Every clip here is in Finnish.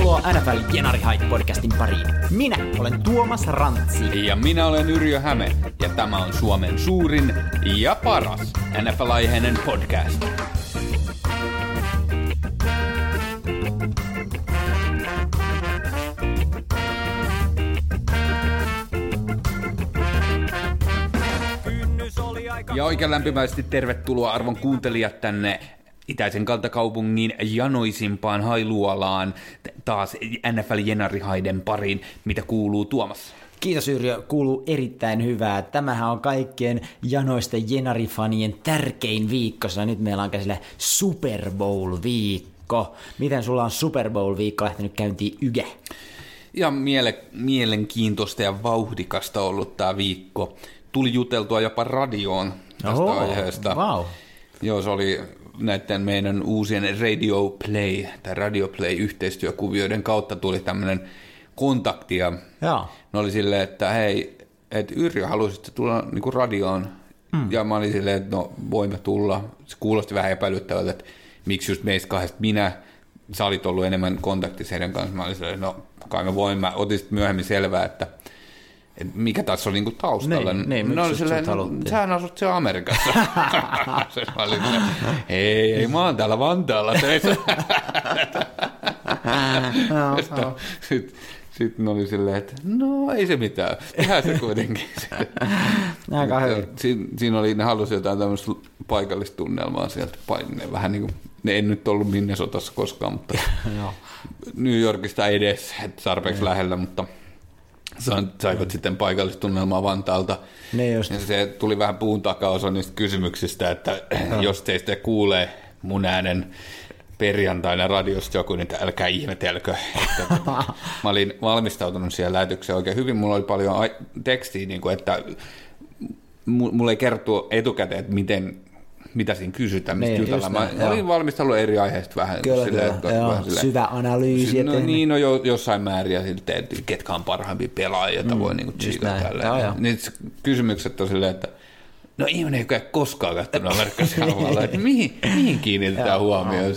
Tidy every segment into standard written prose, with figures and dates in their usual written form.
Tervetuloa NFL Jenari Hyde-podcastin pariin. Minä olen Tuomas Rantsi. Ja minä olen Yrjö Häme. Ja tämä on Suomen suurin ja paras NFL-aiheinen podcast. Ja oikein lämpimästi tervetuloa arvon kuuntelijat tänne itäisen kantakaupungin janoisimpaan hailuolaan taas NFL Jenari Hyden pariin, mitä kuuluu Tuomas. Kiitos Yrjö, kuuluu erittäin hyvää. Tämähän on kaikkien janoisten Jenari-fanien tärkein viikko, sillä nyt meillä on käsillä Super Bowl-viikko. Miten sulla on Super Bowl-viikko lähtenyt käyntiin, Yge? Ja mielenkiintoista ja vauhdikasta ollut tämä viikko. Tuli juteltua jopa radioon tästä aiheesta. Wow. Joo, se oli näiden meidän uusien Radio Play yhteistyökuvioiden kautta tuli tämmöinen kontakti. Ja ne oli silleen, että hei, että Yrjö haluaisitte tulla niinku radioon. Ja mä olin silleen, että no voimme tulla. Se kuulosti vähän epäilyttävältä, että miksi just meistä kahdesta sä olit ollut enemmän kontaktissa heidän kanssa. Mä olin silleen, että no kai mä voin. Mä otin sitten myöhemmin selvää, että mikä tässä oli niinku taustalla. Niin, no oli silleen, sähän asut siellä Amerikassa. Se oli silleen, ei, mä oon täällä Vantaalla töissä. Sitten oli silleen, että no ei se mitään, tehdään se kuitenkin. Siinä oli, ne halusi jotain tämmöistä paikallista tunnelmaa sieltä. Vähän niin kuin, ne ei nyt ollut Minnesotassa koskaan, mutta New Yorkista edes, että tarpeeksi lähellä, mutta saivat sitten paikallistunnelmaa Vantaalta. Ja se tuli vähän puun takaosa niistä kysymyksistä, että jos teistä kuulee mun äänen perjantaina radiosta joku, niin älkää ihmetelkö. Mä olin valmistautunut siihen lähetykseen oikein hyvin. Mulla oli paljon tekstiä, että mulla ei kertoa etukäteen, että mitä siinä kysytään, mistä jutellaan. Mä olin valmistellut eri aiheista vähän. Syvä analyysi. No jossain määrin sitten, että ketkä on parhaimpia pelaajia, joita voi tsiikata. Niin kysymykset on silleen, että no ihminen ei ole koskaan katsonut amerikkalaisia jalkapalloa, että mihin kiinnitetään huomioon.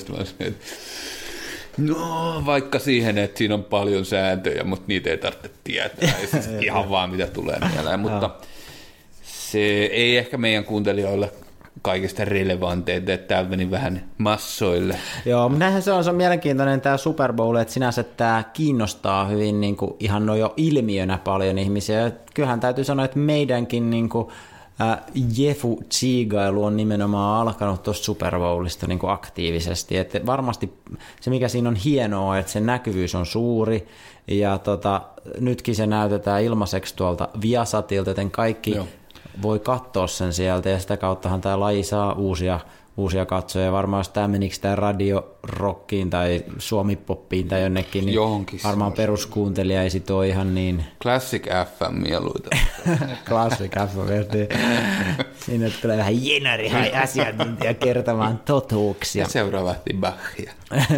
No vaikka siihen, että siinä on paljon sääntöjä, mutta niitä ei tarvitse tietää. Siis ihan vaan mitä tulee mieleen, mutta se ei ehkä meidän kuuntelijoille kaikista relevanteita, että täällä meni vähän massoille. Joo, näinhän se on mielenkiintoinen tämä Super Bowl, että sinänsä tämä kiinnostaa hyvin niin kuin, ihan no jo ilmiönä paljon ihmisiä. Kyllähän täytyy sanoa, että meidänkin niin kuin, Jefu-tsiigailu on nimenomaan alkanut tuosta Super Bowlista niin kuin aktiivisesti. Että varmasti se, mikä siinä on hienoa, että sen näkyvyys on suuri, ja nytkin se näytetään ilmaiseksi tuolta Viasatilta, joten kaikki voi katsoa sen sieltä, ja sitä kauttahan tämä laji saa uusia katsoja. Varmaan jos tämä menikö tämä Radio-rockiin tai Suomi-poppiin tai jonnekin, niin johonkin varmaan peruskuuntelija ei sit ole ihan niin. Classic FM mieluita. Classic FM. Siinä tulee vähän Jenari-asiantuntija kertomaan totuuksia. Ja seuraavasti Bachia.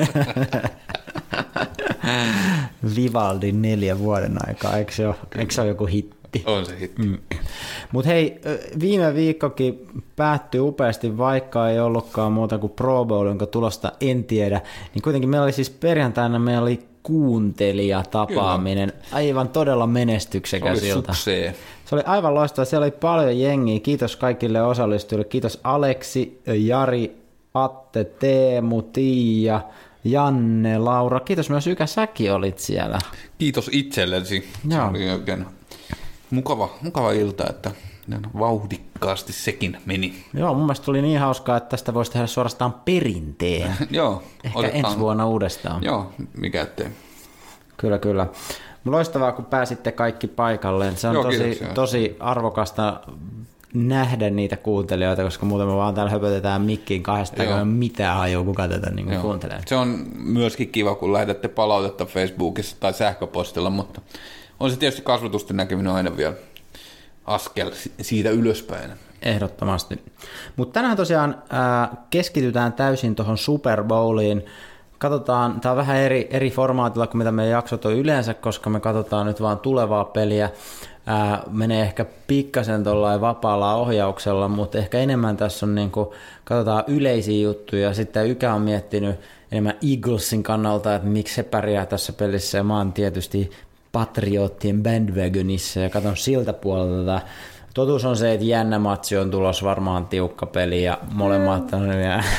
Vivaldin 4 vuoden aikaa, eikö se ole joku hitti? On se hitti. Mutta hei, viime viikkokin päättyi upeasti, vaikka ei ollutkaan muuta kuin Pro Bowl, jonka tulosta en tiedä, niin kuitenkin meillä oli siis perjantaina kuuntelijatapaaminen, aivan todella menestyksekäs ilta. Se oli aivan loistava, siellä oli paljon jengiä, kiitos kaikille osallistujille, kiitos Aleksi, Jari, Atte, Teemu, Tiia, Janne, Laura, kiitos myös Ykä, säkin olit siellä. Kiitos itsellesi, se oli oikein mukava ilta, että vauhdikkaasti sekin meni. Joo, mun mielestä tuli niin hauskaa, että tästä voisi tehdä suorastaan perinteen. Joo. Ehkä ensi vuonna uudestaan. Joo, mikä ettei. Kyllä. Loistavaa, kun pääsitte kaikki paikalleen. Se on tosi arvokasta nähdä niitä kuuntelijoita, koska muuten me vaan täällä höpötetään mikkiin kahdesta, eikä ole mitään hajua, kuka tätä niin kuuntelee. Se on myöskin kiva, kun lähetätte palautetta Facebookissa tai sähköpostilla, mutta on se tietysti kasvatusten näkeminen aina vielä askel siitä ylöspäin. Ehdottomasti. Mutta tänään tosiaan keskitytään täysin tuohon Super Bowliin. Katsotaan, tämä on vähän eri formaatilla kuin mitä meidän jaksot on yleensä, koska me katsotaan nyt vaan tulevaa peliä. Menee ehkä pikkasen tuollain vapaalla ohjauksella, mutta ehkä enemmän tässä on niin kuin, katsotaan yleisiä juttuja. Sitten Ykä on miettinyt enemmän Eaglesin kannalta, että miksi se pärjää tässä pelissä, ja mä oon tietysti Patriottien bandwagonissa ja katson siltä puolelta. Totuus on se, että jännä matsi on tulos, varmaan tiukka peli ja molemmat on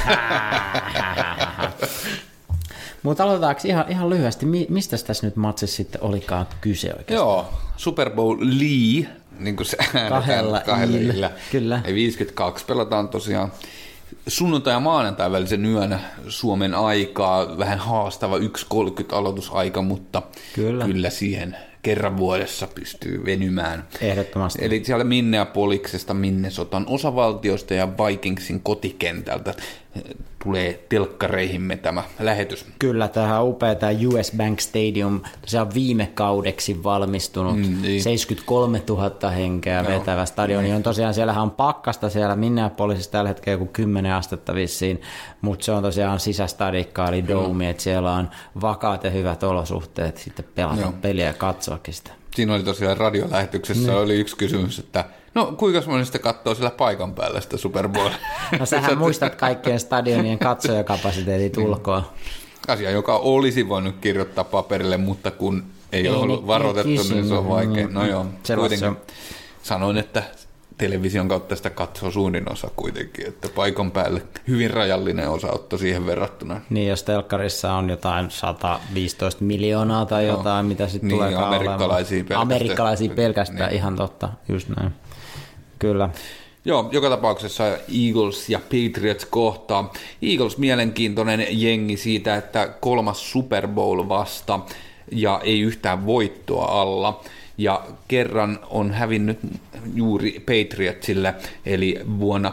Mutta aloitetaanko ihan lyhyesti, mistä tässä nyt matsissa sitten olikaan kyse oikeastaan? Joo, Super Bowl Lee, niin kuin se kahdella illä. Kyllä. 52 pelataan tosiaan sunnuntai ja maanantai välisen yön Suomen aikaa, vähän haastava 1.30 aloitusaika, mutta kyllä siihen kerran vuodessa pystyy venymään. Ehdottomasti. Eli siellä Minneapolisesta, Minnesotan osavaltiosta ja Vikingsin kotikentältä tulee telkkareihimme tämä lähetys. Kyllä, tämähän on upea tämä US Bank Stadium, tosiaan viime kaudeksi valmistunut, niin. 73 000 henkeä vetävä stadioni. On tosiaan, siellähän on pakkasta siellä Minneapolisissa tällä hetkellä joku 10 astetta vissiin, mutta se on tosiaan sisästadikka, eli domi, että siellä on vakaat ja hyvät olosuhteet sitten pelata peliä ja katsoakin sitä. Siinä oli tosiaan radiolähetyksessä oli yksi kysymys, että no kuinka moni sitten katsoo siellä paikan päällä sitä Super Bowlia? No sähän muistat kaikkien stadionien katsojakapasiteetit ulkoa. Asia, joka olisi voinut kirjoittaa paperille, mutta kun ei ole ollut varoitettu, niin se on vaikea. No joo, kuitenkin sanoin, että television kautta sitä katsoo suurin osa kuitenkin, että paikan päälle hyvin rajallinen osaotto siihen verrattuna. Niin, jos telkkarissa on jotain 115 miljoonaa tai jotain, mitä sitten niin, tulee amerikkalaisia pelkästään, niin. Ihan totta, just näin. Kyllä. Joo, joka tapauksessa Eagles ja Patriots kohtaa. Eagles mielenkiintoinen jengi siitä, että 3. Super Bowl vasta ja ei yhtään voittoa alla. Ja kerran on hävinnyt juuri Patriotsille, eli vuonna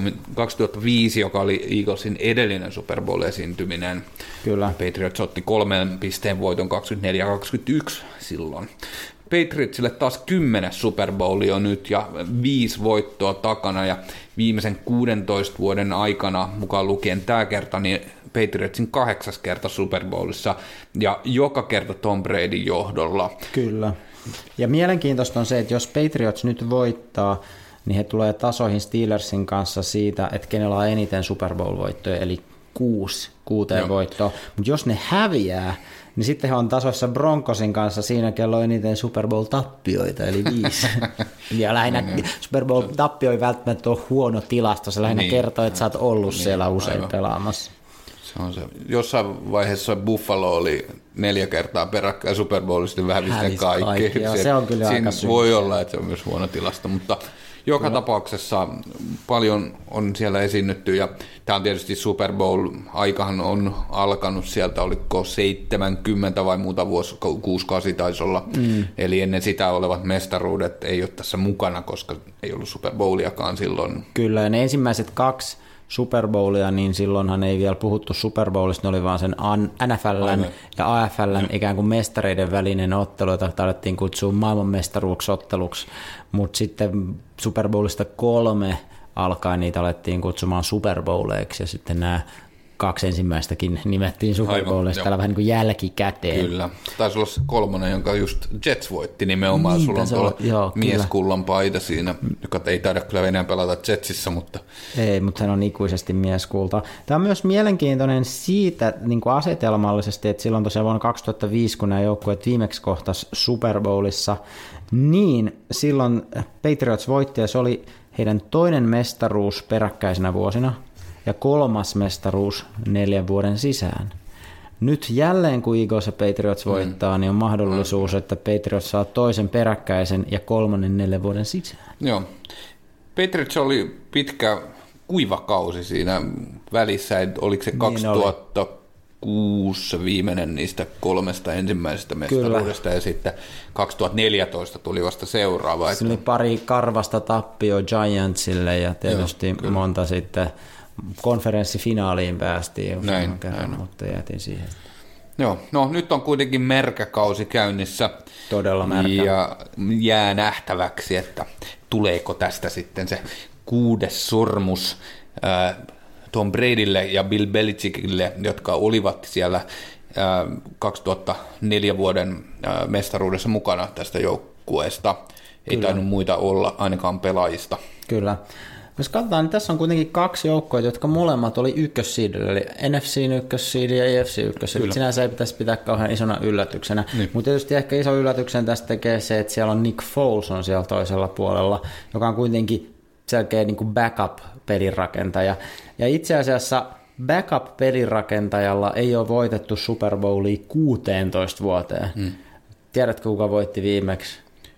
2005, joka oli Eaglesin edellinen Super Bowl-esiintyminen. Kyllä. Patriots otti 3 pisteen voiton 24-21 silloin. Patriotsille taas 10 Super Bowlia on nyt ja 5 voittoa takana, ja viimeisen 16 vuoden aikana, mukaan lukien tämä kerta, niin Patriotsin 8. kerta Super Bowlissa, ja joka kerta Tom Bradyn johdolla. Kyllä. Ja mielenkiintoista on se, että jos Patriots nyt voittaa, niin he tulee tasoihin Steelersin kanssa siitä, että kenellä on eniten Super Bowl-voittoja, eli 6 voittoa. Mutta jos ne häviää, niin sitten he on tasoissa Broncosin kanssa siinä, kello on eniten Super Bowl-tappioita, eli 5. Ja lähinnä Super Bowl-tappio ei välttämättä ole huono tilasto, se lähinnä kertoo, että sä oot ollut siellä usein pelaamassa. Se on se. Jossain vaiheessa Buffalo oli 4 kertaa peräkkäin Super Bowlista, vähän kaikki. Joo, se on kyllä aika voi olla, että se on myös huono tilasto, mutta joka tapauksessa paljon on siellä esiinnytty, ja tämä on tietysti Super Bowl-aikahan on alkanut sieltä, oliko 70 vai muuta vuosi, 6-8 taisi olla, eli ennen sitä olevat mestaruudet ei ole tässä mukana, koska ei ollut Super Bowliakaan silloin. Kyllä, ja ne ensimmäiset 2 Super Bowlia, niin silloinhan ei vielä puhuttu Super Bowlista, ne oli vaan sen NFL:n ja AFL:n ikään kuin mestareiden välinen ottelu, jota taidettiin kutsua maailmanmestaruuksotteluksi, mutta sitten Super Bowlista 3 alkaen niitä alettiin kutsumaan Super Bowleiksi, ja sitten nämä 2 ensimmäistäkin nimettiin Super Bowlista täällä vähän niin kuin jälkikäteen. Kyllä. Taisi olla se 3, jonka just Jets voitti nimenomaan. Niin, sulla on tuolla mieskullan paita siinä, joka ei taida kyllä enää pelata Jetsissä, mutta... Ei, mutta hän on ikuisesti mieskulta. Tämä on myös mielenkiintoinen siitä niin kuin asetelmallisesti, että silloin tosiaan vuonna 2005, kun nämä joukkueet viimeksi kohtasi Super Bowlissa, niin silloin Patriots voitti, ja se oli heidän toinen mestaruus peräkkäisenä vuosina, ja 3. mestaruus 4 vuoden sisään. Nyt jälleen, kun Eagles ja Patriots voittaa, niin on mahdollisuus, että Patriots saa toisen peräkkäisen ja 3. 4 vuoden sisään. Joo. Patriots oli pitkä kuiva kausi siinä välissä, oliko se 2006 viimeinen niistä 3 ensimmäisestä mestaruudesta, ja sitten 2014 tuli vasta seuraava. Se oli pari karvasta tappio Giantsille, ja tietysti monta sitten konferenssifinaaliin päästiin, näin. Mutta jätin siihen. Joo, no nyt on kuitenkin märkä kausi käynnissä. Todella märkä. Ja jää nähtäväksi, että tuleeko tästä sitten se 6. sormus Tom Bradylle ja Bill Belichickille, jotka olivat siellä 2004 vuoden mestaruudessa mukana tästä joukkueesta. Ei tainnut muita olla, ainakaan pelaajista. Kyllä. Jos katsotaan, niin tässä on kuitenkin 2 joukkoa, jotka molemmat oli ykkössiidillä, eli NFC:n ykkössiidi ja EFC ykkössiidi. Sinänsä ei pitäisi pitää kauhean isona yllätyksenä. Niin. Mutta tietysti ehkä iso yllätyksen tästä tekee se, että siellä on Nick Foles on siellä toisella puolella, joka on kuitenkin selkeä niin kuin backup-pelinrakentaja. Ja itse asiassa backup-pelinrakentajalla ei ole voitettu Super Bowlia 16 vuoteen. Tiedätkö, kuka voitti viimeksi?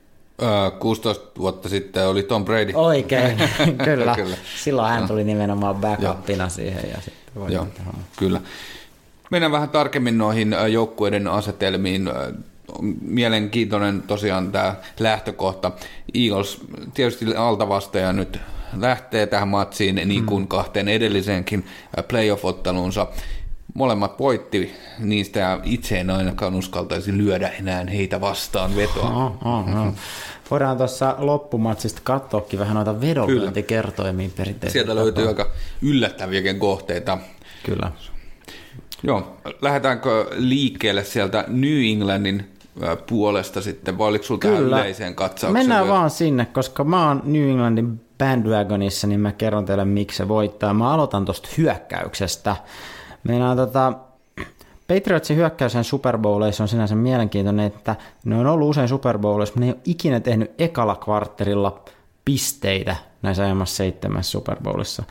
16 vuotta sitten oli Tom Brady. Oikein, kyllä. Silloin hän tuli nimenomaan backupina siihen. Ja sitten joo, kyllä. Mennään vähän tarkemmin noihin joukkueiden asetelmiin. Mielenkiintoinen tosiaan tämä lähtökohta. Eagles tietysti altavastaja nyt lähtee tähän matsiin niin kuin 2 edelliseenkin playoff-otteluunsa. Molemmat voitti niistä ja itse en ainakaan uskaltaisi lyödä enää heitä vastaan vetoa. Voidaan tuossa loppumatsista katsoakin vähän noita vedonlyöntikertoimia perinteisesti. Sieltä löytyy aika yllättäviäkin kohteita. Kyllä. Joo, lähdetäänkö liikkeelle sieltä New Englandin puolesta sitten, vai oliko sinulla tähän yleiseen katsaukseen? Mennään vaan sinne, koska mä oon New Englandin bandwagonissa, niin mä kerron teille, miksi se voittaa. Mä aloitan tuosta hyökkäyksestä. Meillä on Patriotsin hyökkäyksen Super Bowleissa on sinänsä mielenkiintoinen, että ne on ollut usein Super Bowleissa, mutta ne ei ole ikinä tehnyt ekalla kvartterilla pisteitä näissä aiemmassa 7 Super Bowlissa,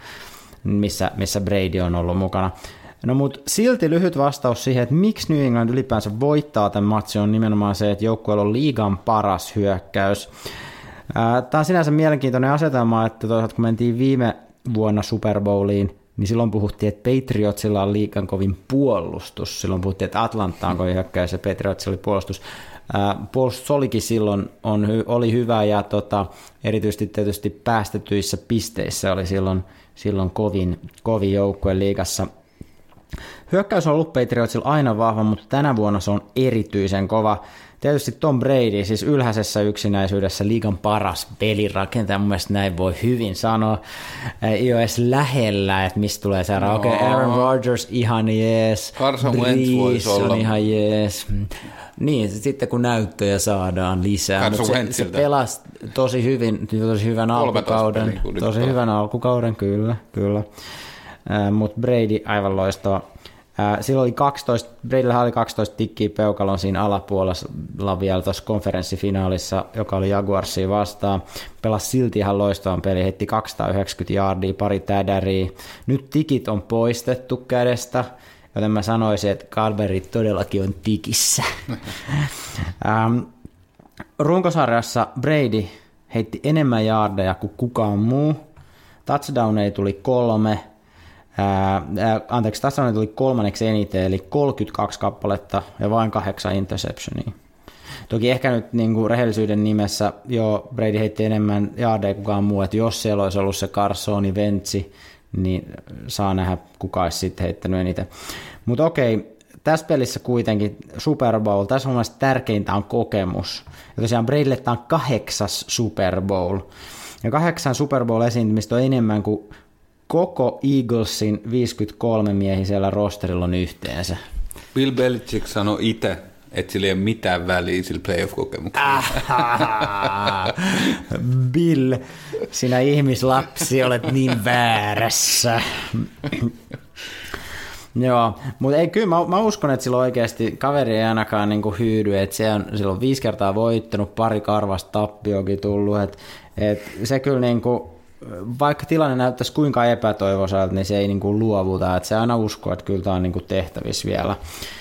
missä Brady on ollut mukana. No mutta silti lyhyt vastaus siihen, että miksi New England ylipäänsä voittaa tämän matsin, on nimenomaan se, että joukkueella on liigan paras hyökkäys. Tämä on sinänsä mielenkiintoinen asetelma, että toisaalta kun mentiin viime vuonna Super Bowliin, niin silloin puhuttiin, että Patriotsilla on liigan kovin puolustus. Silloin puhuttiin, että Atlanta on kovin hyökkäys ja Patriotsilla oli puolustus. Puolustus olikin silloin, oli hyvä ja erityisesti tietysti päästetyissä pisteissä oli silloin kovin joukkue liigassa. Hyökkäys on ollut Patriotsilla aina vahva, mutta tänä vuonna se on erityisen kova. Tietysti Tom Brady, siis ylhäisessä yksinäisyydessä liigan paras pelirakentaja, mun mielestä näin voi hyvin sanoa. Ei ole edes lähellä, että mistä tulee saada. Okei, Aaron Rodgers ihan jees. Carson Wentz voisi olla. ihan jees. Niin, sitten kun näyttöjä saadaan lisää. Se pelasi tosi hyvän alkukauden. Tosi hyvän alkukauden, kyllä. Mutta Brady aivan loistava. Silloin oli Bradyllä oli 12 tikkiä peukalon siinä alapuolella vielä tuossa konferenssifinaalissa, joka oli Jaguarsia vastaan. Pelasi silti ihan loistavan peli, heitti 290 yardia, pari tädäriä. Nyt tikit on poistettu kädestä, joten mä sanoisin, että Carberry todellakin on tikissä. Runkosarjassa Brady heitti enemmän yardeja kuin kukaan muu. Touchdowneja tuli 3. Touchdowneja tuli 3. eniten, eli 32 kappaletta ja vain 8 interceptionia. Toki ehkä nyt niin kuin rehellisyyden nimessä Brady heitti enemmän yardeja kuin kukaan muu, että jos siellä olisi ollut se Carsoni Ventsi, niin saa nähdä kuka olisi sitten heittänyt eniten. Mutta okei, tässä pelissä kuitenkin Super Bowl, tässä on mielestäni tärkeintä on kokemus. Ja tosiaan Bradylle tämä on 8. Super Bowl. Ja 8 Super Bowl esiintymistä on enemmän kuin koko Eaglesin 53 miehisellä rosterilla on yhteensä. Bill Belichick sanoi itse, että sillä ei ole mitään väliä sillä playoff-kokemuksella. Bill, sinä ihmislapsi olet niin väärässä. Joo, mutta ei kyllä, mä uskon, että silloin oikeasti kaveri ei ainakaan niinku hyydy, että sillä on 5 kertaa voittanut, pari karvasta tappiokin tullut, että se kyllä niinku, vaikka tilanne näyttäisi kuinka epätoivoiselta, niin se ei niinku luovuta, että se aina uskoo, että kyllä tämä on niinku tehtävissä vielä.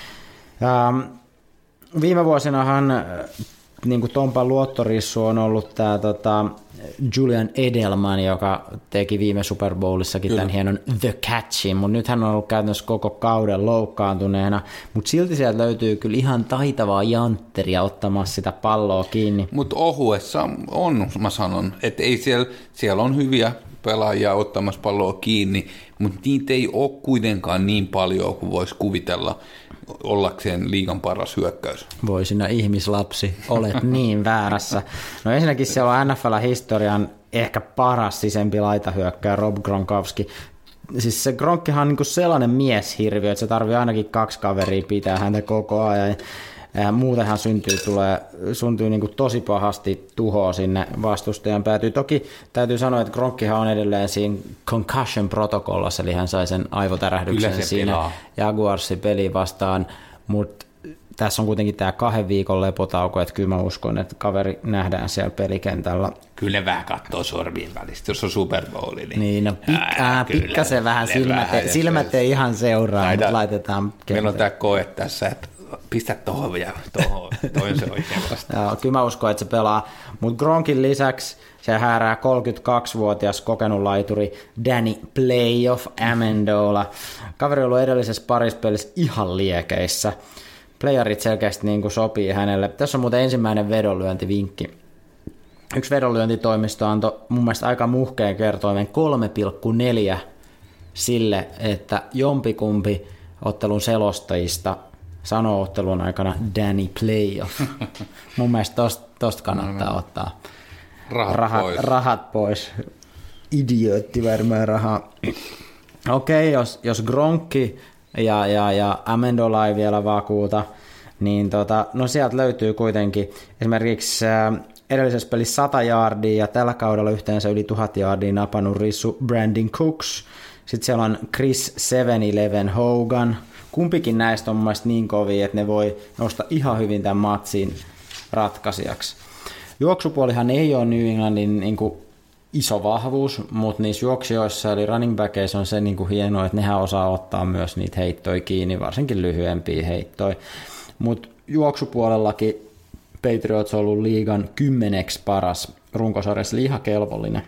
Viime vuosinahan niin kuin Tompan luottorissu on ollut tämä Julian Edelman, joka teki viime Super Bowlissakin tämän hienon The Catchin, mutta nyt hän on ollut käytännössä koko kauden loukkaantuneena, mutta silti sieltä löytyy kyllä ihan taitavaa jantteria ottamassa sitä palloa kiinni. Mutta ohuessa on, mä sanon, että ei siellä on hyviä pelaajia ottamassa palloa kiinni, mutta niitä ei ole kuitenkaan niin paljon kuin voisi kuvitella ollakseen liigan paras hyökkäys. Voi sinä ihmislapsi, olet niin väärässä. No ensinnäkin siellä on NFL-historian ehkä paras sisempi laitahyökkääjä Rob Gronkowski. Siis se Gronkkihan on niin sellainen mieshirviö, että se tarvii ainakin 2 kaveria pitää häntä koko ajan. Muutenhan syntyy niin kuin tosi pahasti tuhoa sinne vastustajan päätyy. Toki täytyy sanoa, että Gronkkihan on edelleen siinä concussion protokollassa, eli hän sai sen aivotärähdyksen siinä Jaguarsin peliin vastaan, mutta tässä on kuitenkin tämä 2 viikon lepotauko, että kyllä mä uskon, että kaveri nähdään siellä pelikentällä. Kyllä ne vähän katsoo sormien välistä, jos on Super Bowl. Niin no pikkasen vähän silmät ei ihan seuraa, mutta laitetaan kentällä. Meillä on tämä koe tässä, että pistä tuohon ja tuohon, toi se oikein vastaan. Joo, kyllä mä uskon, että se pelaa, mutta Gronkin lisäksi se häärää 32-vuotias kokenut laituri Danny Playoff Amendola. Kaveri on ollut edellisessä parispelissä ihan liekeissä. Playerit selkeästi niin kuin sopii hänelle. Tässä on muuten ensimmäinen vedonlyöntivinkki. Yksi vedonlyöntitoimisto antoi mun mielestä aika muhkeen kertoimen 3,4 sille, että jompikumpi ottelun selostajista sanoo ottelun aikana Danny Playoff. Mun mielestä tosta kannattaa ottaa rahat pois. Idiootti varmaan rahaa. Okei, jos Gronkki ja Amendola ei vielä vakuuta, niin no sieltä löytyy kuitenkin esimerkiksi edellisessä pelissä 100 yardia ja tällä kaudella yhteensä yli 1000 yardia napannut rissu Brandon Cooks. Sitten siellä on Chris 7-Eleven Hogan. Kumpikin näistä on mun mielestä niin kovia, että ne voi nostaa ihan hyvin tämän matsin ratkaisijaksi. Juoksupuolihan ei ole New Englandin niin kuin iso vahvuus, mutta niissä juoksijoissa eli running backeissa on se niin kuin hienoa, että nehän osaa ottaa myös niitä heittoja kiinni, varsinkin lyhyempiä heittoja. Mutta juoksupuolellakin Patriots on ollut liigan 10. paras runkosarjassa, eli ihan kelvollinen.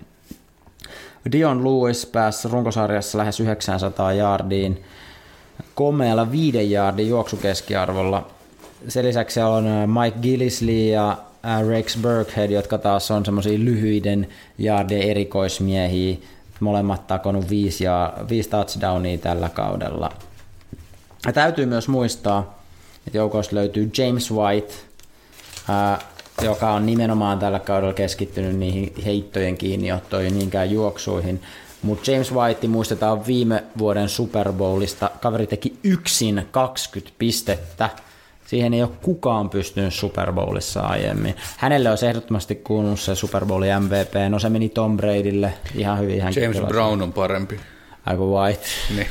Dion Lewis pääsi runkosarjassa lähes 900 yardiin komealla 5 yardin juoksukeskiarvolla. Sen lisäksi siellä on Mike Gillisley ja Rex Burkhead, jotka taas on semmoisia lyhyiden yardien erikoismiehiä, molemmat takonut 5 touchdownia tällä kaudella. Ja täytyy myös muistaa, että joukossa löytyy James White, joka on nimenomaan tällä kaudella keskittynyt niihin heittojen kiinniottoihin, niinkään juoksuihin. Mutta James White muistetaan viime vuoden Super Bowlista. Kaveri teki yksin 20 pistettä. Siihen ei ole kukaan pystynyt Super Bowlissa aiemmin. Hänelle olisi ehdottomasti kuulunut se Super Bowlin MVP. No se meni Tom Bradylle ihan hyvin. James Brown on parempi. Aika White. Niin.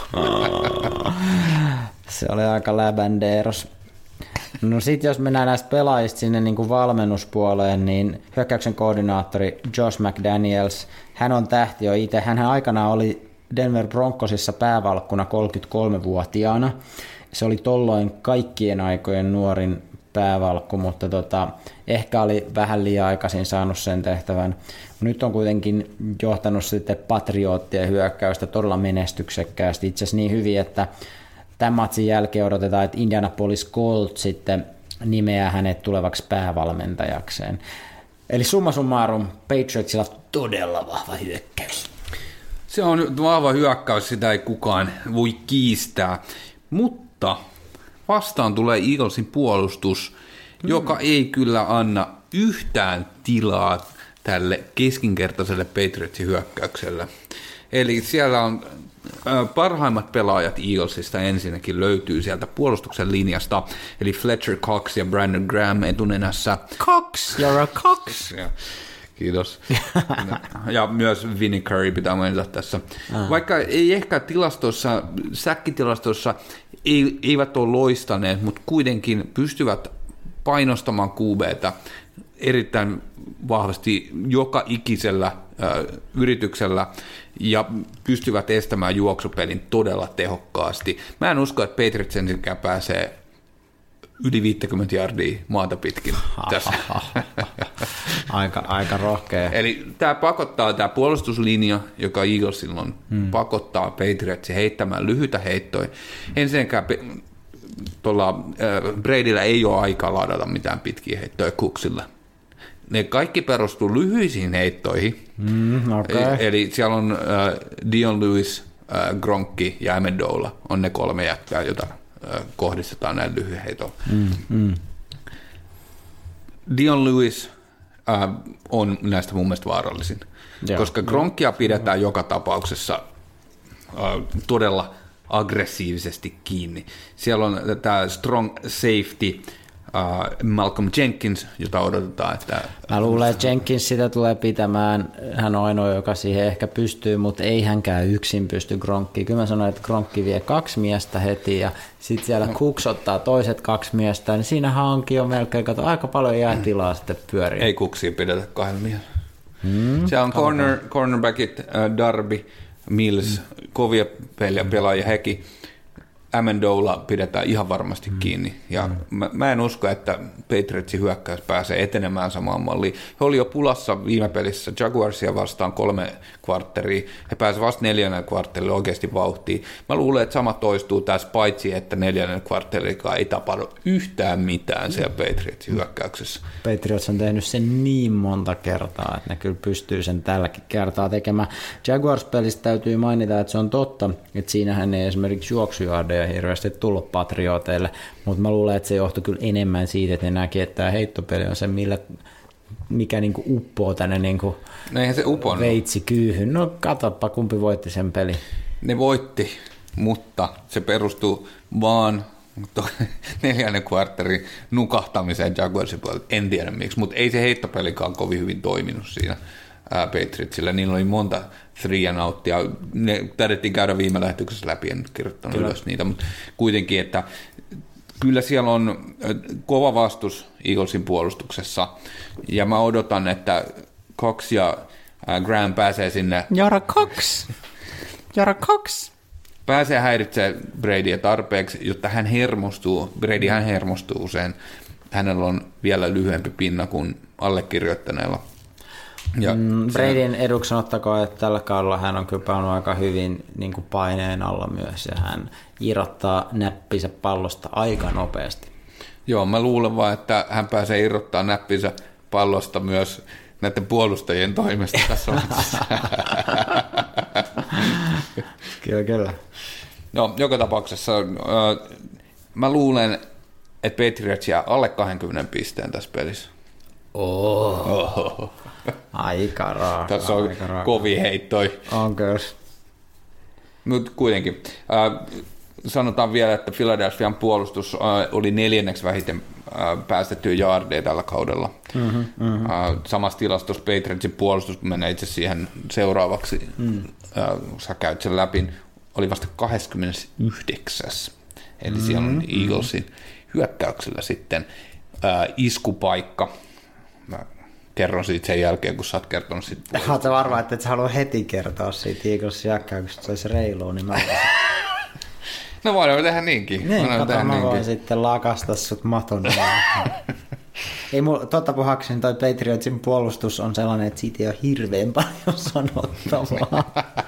Se oli aika läbändeeros. No sit jos mennään näistä pelaajista sinne niin kuin valmennuspuoleen, niin hyökkäyksen koordinaattori Josh McDaniels, hän on tähti jo itse. Hän aikanaan oli Denver Broncosissa päävalkkuna 33-vuotiaana. Se oli tolloin kaikkien aikojen nuorin päävalkku, mutta ehkä oli vähän liian aikaisin saanut sen tehtävän. Nyt on kuitenkin johtanut sitten Patriottien hyökkäystä todella menestyksekkäästi. Itse asiassa niin hyvin, että tämän matsin jälkeen odotetaan, että Indianapolis Colts sitten nimeää hänet tulevaksi päävalmentajakseen. Eli summa summarum, Patriotsilla todella vahva hyökkäys. Se on vahva hyökkäys, sitä ei kukaan voi kiistää, mutta vastaan tulee Eaglesin puolustus, joka ei kyllä anna yhtään tilaa tälle keskinkertaiselle Patriotsin hyökkäykselle. Eli siellä on parhaimmat pelaajat Eaglesista ensinnäkin löytyy sieltä puolustuksen linjasta, eli Fletcher Cox ja Brandon Graham etunenässä. Cox, you're a Cox. Kiitos. Ja myös Vinnie Curry pitää mainita tässä. Vaikka ei ehkä tilastossa, säkkitilastossa eivät ole loistaneet, mutta kuitenkin pystyvät painostamaan QB:tä erittäin vahvasti joka ikisellä yrityksellä ja pystyvät estämään juoksupelin todella tehokkaasti. Mä en usko, että Patriots ensinkään pääsee yli 50 yardia maata pitkin tässä. Aika rohkea. Eli tämä pakottaa, tämä puolustuslinja, joka Eaglesilla on, pakottaa Patriotsia heittämään lyhyitä heittoja. Ensinnäkään Bradyllä ei ole aikaa ladata mitään pitkiä heittoja Cooksille. Ne kaikki perustuu lyhyisiin heittoihin. Okay. Eli siellä on Dion Lewis, Gronkki ja Amendola on ne 3 jätkää, jota kohdistetaan näin lyhyen heitoon. Dion Lewis on näistä mun mielestä vaarallisin, koska Gronkia pidetään joka tapauksessa todella aggressiivisesti kiinni. Siellä on tämä strong safety Malcolm Jenkins, jota odotetaan. Että mä luulen, että Jenkins sitä tulee pitämään. Hän on ainoa, joka siihen ehkä pystyy, mutta ei hänkään yksin pysty Gronkkiin. Kyllä mä sanoin, että Gronkki vie 2 miestä heti ja sitten siellä Cooks ottaa toiset 2 miestä, niin siinähän onkin jo melkein, aika paljon jää tilaa sitten pyöriä. Ei Cooksia pidetä 2 miehellä. Siellä on cornerbackit, Darby, Mills, kovia pelaajia hekin. Amendola pidetään ihan varmasti kiinni. Ja mä en usko, että Patriotsin hyökkäys pääsee etenemään samaan malliin. He oli jo pulassa viime pelissä Jaguarsia vastaan 3 kvartteria. He pääsivät vasta 4. kvartterille oikeasti vauhtiin. Mä luulen, että sama toistuu tässä, paitsi että 4. kvartterikaan ei tapahdu yhtään mitään siellä Patriotsin hyökkäyksessä. Patriots on tehnyt sen niin monta kertaa, että ne kyllä pystyy sen tälläkin kertaa tekemään. Jaguars-pelistä täytyy mainita, että se on totta, että siinähän ei esimerkiksi juoksujaardeja hirveästi tullut Patrioteille, mutta mä luulen, että se johtui kyllä enemmän siitä, että ne näki, että tämä heittopeli on se, mikä niinku uppoo tänne niinku veitsikyyhyn. No katsoppa, kumpi voitti sen peli. Ne voitti, mutta se perustuu vaan 4. kvartterin nukahtamiseen Jaguarsin puolella. En tiedä miksi, mutta ei se heittopelikaan kovin hyvin toiminut siinä Patriotsilla. Niillä oli monta 3 and outia. Ne täydettiin käydä viime lähetyksessä läpi, en nyt kirjoittanut ylös niitä, mutta kuitenkin, että kyllä siellä on kova vastus Eaglesin puolustuksessa, ja mä odotan, että Cox ja Graham pääsee sinne. Jara Cox! Pääsee häiritsemään Bradyä tarpeeksi, jotta hän hermostuu. Hän hermostuu usein. Hänellä on vielä lyhyempi pinna kuin allekirjoittaneella. Bradyn eduksi sanottakoon, että tällä kaudella hän on kyllä pelannut aika hyvin niin kuin paineen alla myös, ja hän irrottaa näppinsä pallosta aika nopeasti. Joo, mä luulen vaan, että hän pääsee irrottaa näppinsä pallosta myös näiden puolustajien toimesta tässä Kyllä. No, joka tapauksessa mä luulen, että Patriots jää alle 20 pisteen tässä pelissä. Aika raaka. Tässä on kovin heittoi. On kyllä. Mutta kuitenkin. Sanotaan vielä, että Philadelphian puolustus oli 4. vähiten päästettyä jaardeja tällä kaudella. Samassa tilastossa Patriotsin puolustus menee itse siihen seuraavaksi. Sä käyt sen läpi. Oli vasta 29. Eli siellä on Eaglesin hyökkäyksellä sitten iskupaikka. Mä kerron siitä sen jälkeen, kun sä oot kertonut siitä. Oletko varma, että et sä halua heti kertoa siitä Eaglesin hyökkäyksestä, se olisi reilua, niin mä no voidaan tehdä niinkin. Mä voin sitten lakasta sut maton. Ei totta puhakseni toi Patriotsin puolustus on sellainen, että siitä ei ole hirveän paljon sanottavaa.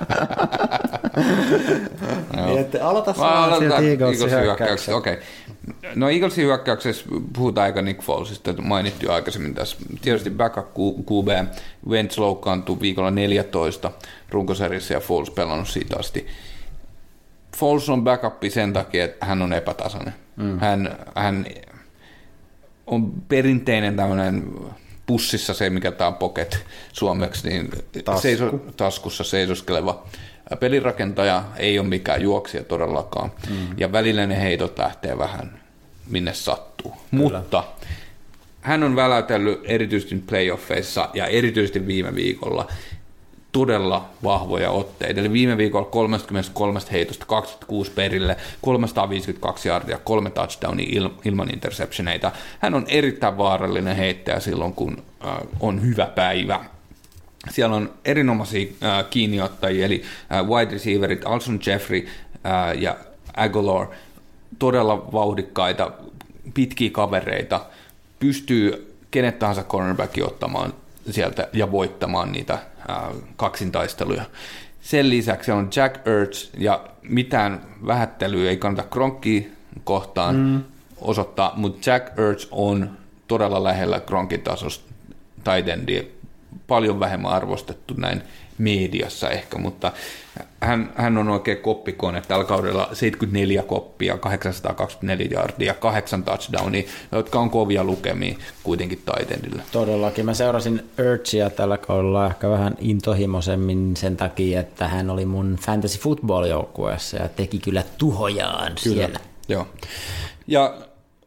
Aloita sanoa sieltä Eaglesin hyökkäyksestä. Okay. No Eaglesin hyökkäyksessä puhutaan aika Nick Folesista, mainittiin jo aikaisemmin tässä. Tietysti backup QB Wentz loukkaantui viikolla 14 runkosarjassa ja Foles pelannut siitä asti. Foles on backupi sen takia, että hän on epätasainen. Hän on perinteinen tämmöinen pussissa se, mikä tämä on pocket suomeksi, niin taskussa seisoskeleva pelirakentaja, ei ole mikään juoksija todellakaan. Ja välillä ne heitot lähtee vähän minne sattuu. Kyllä. Mutta hän on väläytellyt erityisesti playoffeissa ja erityisesti viime viikolla todella vahvoja otteita. Eli viime viikolla 33 heitosta 26 perille, 352 yardia, 3 touchdownia ilman interceptioneita. Hän on erittäin vaarallinen heittäjä silloin, kun on hyvä päivä. Siellä on erinomaisia kiinniottajia, eli wide receiverit Alshon Jeffrey ja Aguilar, todella vauhdikkaita, pitkiä kavereita, pystyy kenet tahansa cornerbackin ottamaan sieltä ja voittamaan niitä kaksintaisteluja. Sen lisäksi on Jack Ertz, ja mitään vähättelyä ei kannata Gronkia kohtaan osoittaa, mutta Jack Ertz on todella lähellä Gronkin tasosta tight endia, paljon vähemmän arvostettu näin mediassa ehkä, mutta hän on oikein koppikone. Tällä kaudella 74 koppia, 824 yardia, 8 touchdownia, jotka on kovia lukemia kuitenkin tight endillä. Todellakin. Mä seurasin Ertzia tällä kaudella ehkä vähän intohimoisemmin sen takia, että hän oli mun fantasy football-joukkueessa ja teki kyllä tuhojaan siellä. Joo. Ja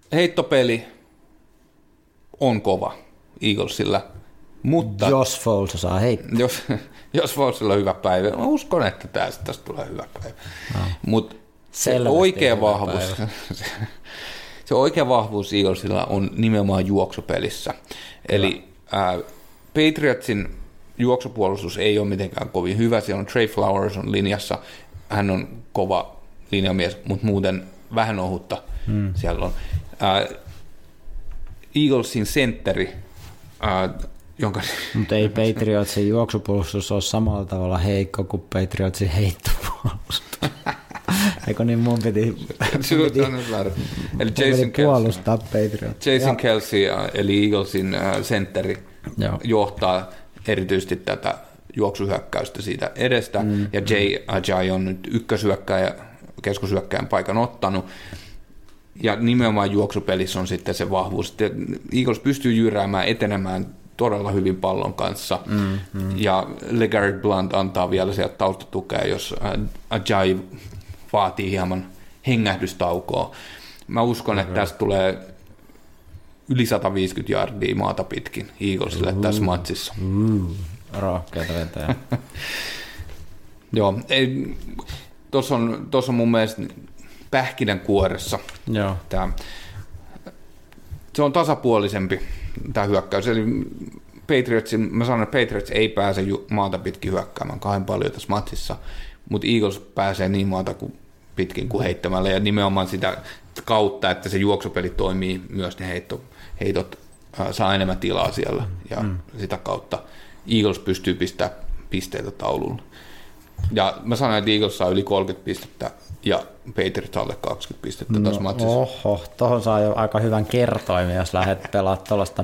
heittopeli on kova Eaglesilla, mutta jos Foles saa heittää. Jos Folesilla on hyvä päivä, mä uskon, että tästä tulee hyvä päivä. No. Mutta se oikea vahvuus, se oikea vahvuus Eaglesilla on nimenomaan juoksupelissä. Eli Patriotsin juoksupuolustus ei ole mitenkään kovin hyvä. Siellä on Trey Flowers on linjassa. Hän on kova linjamies, mutta muuten vähän ohutta siellä on. Eaglesin sentteri, jonka... Mutta ei Patriotsin juoksupuolustus ole samalla tavalla heikko kuin Patriotsin heittopuolustus. Eikö niin mun piti eli puolustaa Patriotsia. Jason Kelce, eli Eaglesin sentteri, johtaa erityisesti tätä juoksuhyökkäystä siitä edestä, ja Jay Ajayi on nyt ykköshyökkäjä, keskushyökkäjän paikan ottanut, ja nimenomaan juoksupelissä on sitten se vahvuus. Eagles pystyy jyräämään, etenemään todella hyvin pallon kanssa, ja LeGarrette Blount antaa vielä sieltä taustatukea, jos Ajayi vaatii hieman hengähdystaukoa. Mä uskon, että tästä tulee yli 150 yardia maata pitkin Eaglesille tässä matsissa. Rohkeata vetää. Joo, tuossa on mun mielestä pähkinänkuoressa. Joo. Se on tasapuolisempi tämä hyökkäys. Eli mä sanon, että Patriots ei pääse maata pitkin hyökkäämään kahden paljon tässä matsissa, mutta Eagles pääsee niin maata kuin pitkin kuin heittämällä, ja nimenomaan sitä kautta, että se juoksupeli toimii, myös ne heitot saa enemmän tilaa siellä, ja sitä kautta Eagles pystyy pistämään pisteitä taululle. Ja mä sanoin, että Eagles saa yli 30 pistettä, ja Patriots alle 20 pistettä tässä matsissa. Oho, tohon saa jo aika hyvän kertoimen, jos lähdet pelaamaan tuollaista.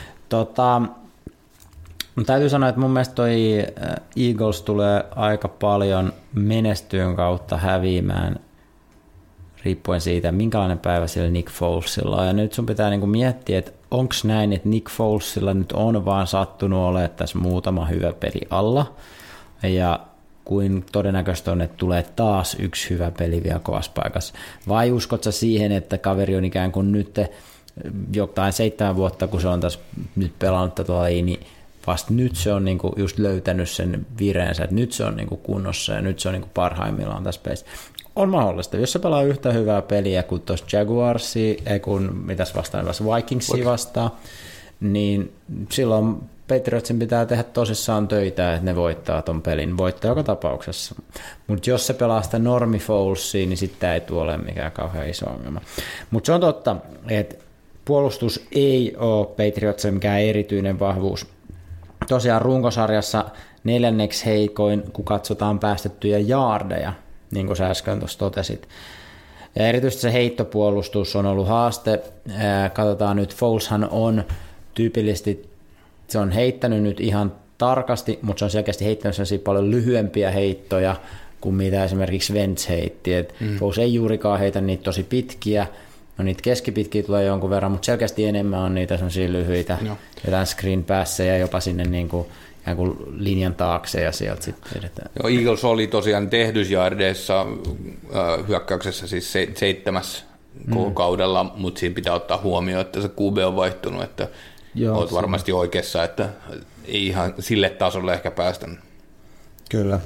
Täytyy sanoa, että mun mielestä toi Eagles tulee aika paljon menestyön kautta häviämään riippuen siitä, minkälainen päivä sillä Nick Folesilla on. Ja nyt sun pitää niinku miettiä, että onko näin, että Nick Folesilla nyt on vaan sattunut olemaan tässä muutama hyvä peli alla. Ja kuin todennäköistä on, että tulee taas yksi hyvä peli vielä kovassa paikassa. Vai uskot sä siihen, että kaveri on ikään kuin nyt jotain 7 vuotta, kun se on tässä nyt pelannut tuolla, niin vasta nyt se on niinku just löytänyt sen vireensä, että nyt se on niinku kunnossa ja nyt se on niinku parhaimmillaan tässä pelissä. On mahdollista, jos se pelaa yhtä hyvää peliä kuin tuossa Jaguarsia, mitäs vastaan, Vikingsia vastaan, niin silloin Patriotsin pitää tehdä tosissaan töitä, että ne voittaa ton pelin. Voittaa joka tapauksessa. Mutta jos se pelaa sitä normi Folesia, niin sitten ei tule ole mikään kauhean iso ongelma. Mutta se on totta, että puolustus ei ole Patriotsin mikään erityinen vahvuus. Tosiaan runkosarjassa 4. heikoin, kun katsotaan päästettyjä jaardeja, niin kuin sä äsken tuossa totesit. Ja erityisesti se heittopuolustus on ollut haaste. Katsotaan nyt, Foleshan on tyypillisesti, se on heittänyt nyt ihan tarkasti, mutta se on selkeästi heittänyt sellaisia paljon lyhyempiä heittoja kuin mitä esimerkiksi Wentz heitti. Foles ei juurikaan heitä niitä tosi pitkiä, no niitä keskipitkiä tulee jonkun verran, mutta selkeästi enemmän on niitä sellaisia lyhyitä, jotain screen passeja jopa sinne niin kuin linjan taakse ja sieltä sitten edetään. Joo, Eagles oli tosiaan tehdysjardeissa hyökkäyksessä siis 7. kaudella, mutta siinä pitää ottaa huomioon, että se QB on vaihtunut, että olet varmasti oikeassa, että ei ihan sille tasolle ehkä päästä. Kyllä.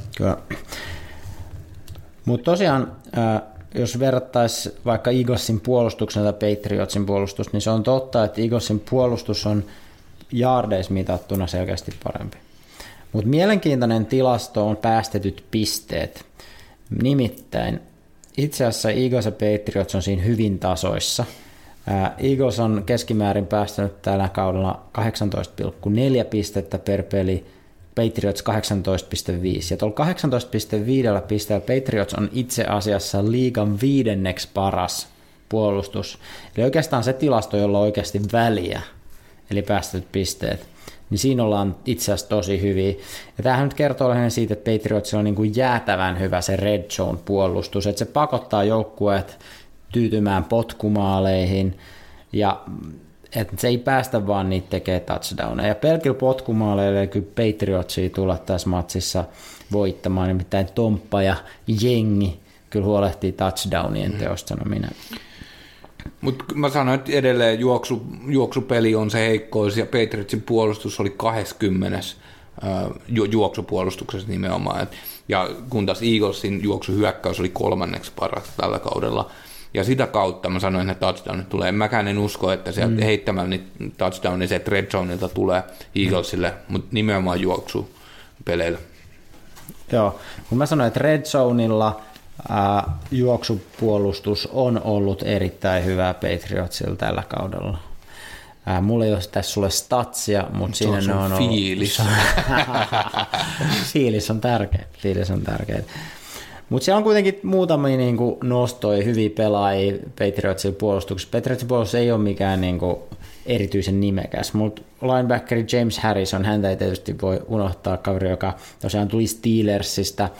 Mutta tosiaan, jos verrattaisiin vaikka Eaglesin puolustuksen tai Patriotsin puolustus, niin se on totta, että Eaglesin puolustus on jaardeissa mitattuna selkeästi parempi. Mutta mielenkiintoinen tilasto on päästetyt pisteet. Nimittäin itse asiassa Eagles ja Patriots on siinä hyvin tasoissa. Eagles on keskimäärin päästänyt tällä kaudella 18,4 pistettä per peli, Patriots 18,5. Ja tuolla 18,5 pisteellä Patriots on itse asiassa liigan 5. paras puolustus. Eli oikeastaan se tilasto, jolla on oikeasti väliä, eli päästetyt pisteet, niin siinä ollaan itse asiassa tosi hyviä. Ja tämähän nyt kertoo lähinnä siitä, että Patriotsilla on niin kuin jäätävän hyvä se red zone puolustus, että se pakottaa joukkueet tyytymään potkumaaleihin, ja että se ei päästä vaan niitä tekee touchdowneja. Ja pelkillä potkumaaleilla ei kyllä Patriotsia tulla tässä matsissa voittamaan, nimittäin Tomppa ja jengi kyllä huolehtii touchdownien teosta, no minä. Mutta mä sanoin, että edelleen juoksupeli on se heikkous, ja Patriotsin puolustus oli 20. Juoksupuolustuksessa nimenomaan. Ja kun taas Eaglesin juoksuhyökkäys oli 3. paras tällä kaudella. Ja sitä kautta mä sanoin, että touchdownit tulee. Mäkään en usko, että sieltä heittämällä niitä touchdownia se red zoneilta tulee Eaglesille, mutta nimenomaan juoksupeleillä. Joo, kun mä sanoin, että red zoneilla juoksupuolustus on ollut erittäin hyvä Patriotsilta tällä kaudella. Mulla ei ole tässä sulle statsia, mutta siinä ne on fiilis. Fiilis on tärkeä. Mutta siellä on kuitenkin muutamia niinku nostoja, hyviä pelaajia Patriotsin puolustuksessa. Patriotsin puolustus ei ole mikään niinku erityisen nimekäs, mutta linebackeri James Harrison, häntä ei tietysti voi unohtaa, kaveri, joka tosiaan tuli Steelersistä.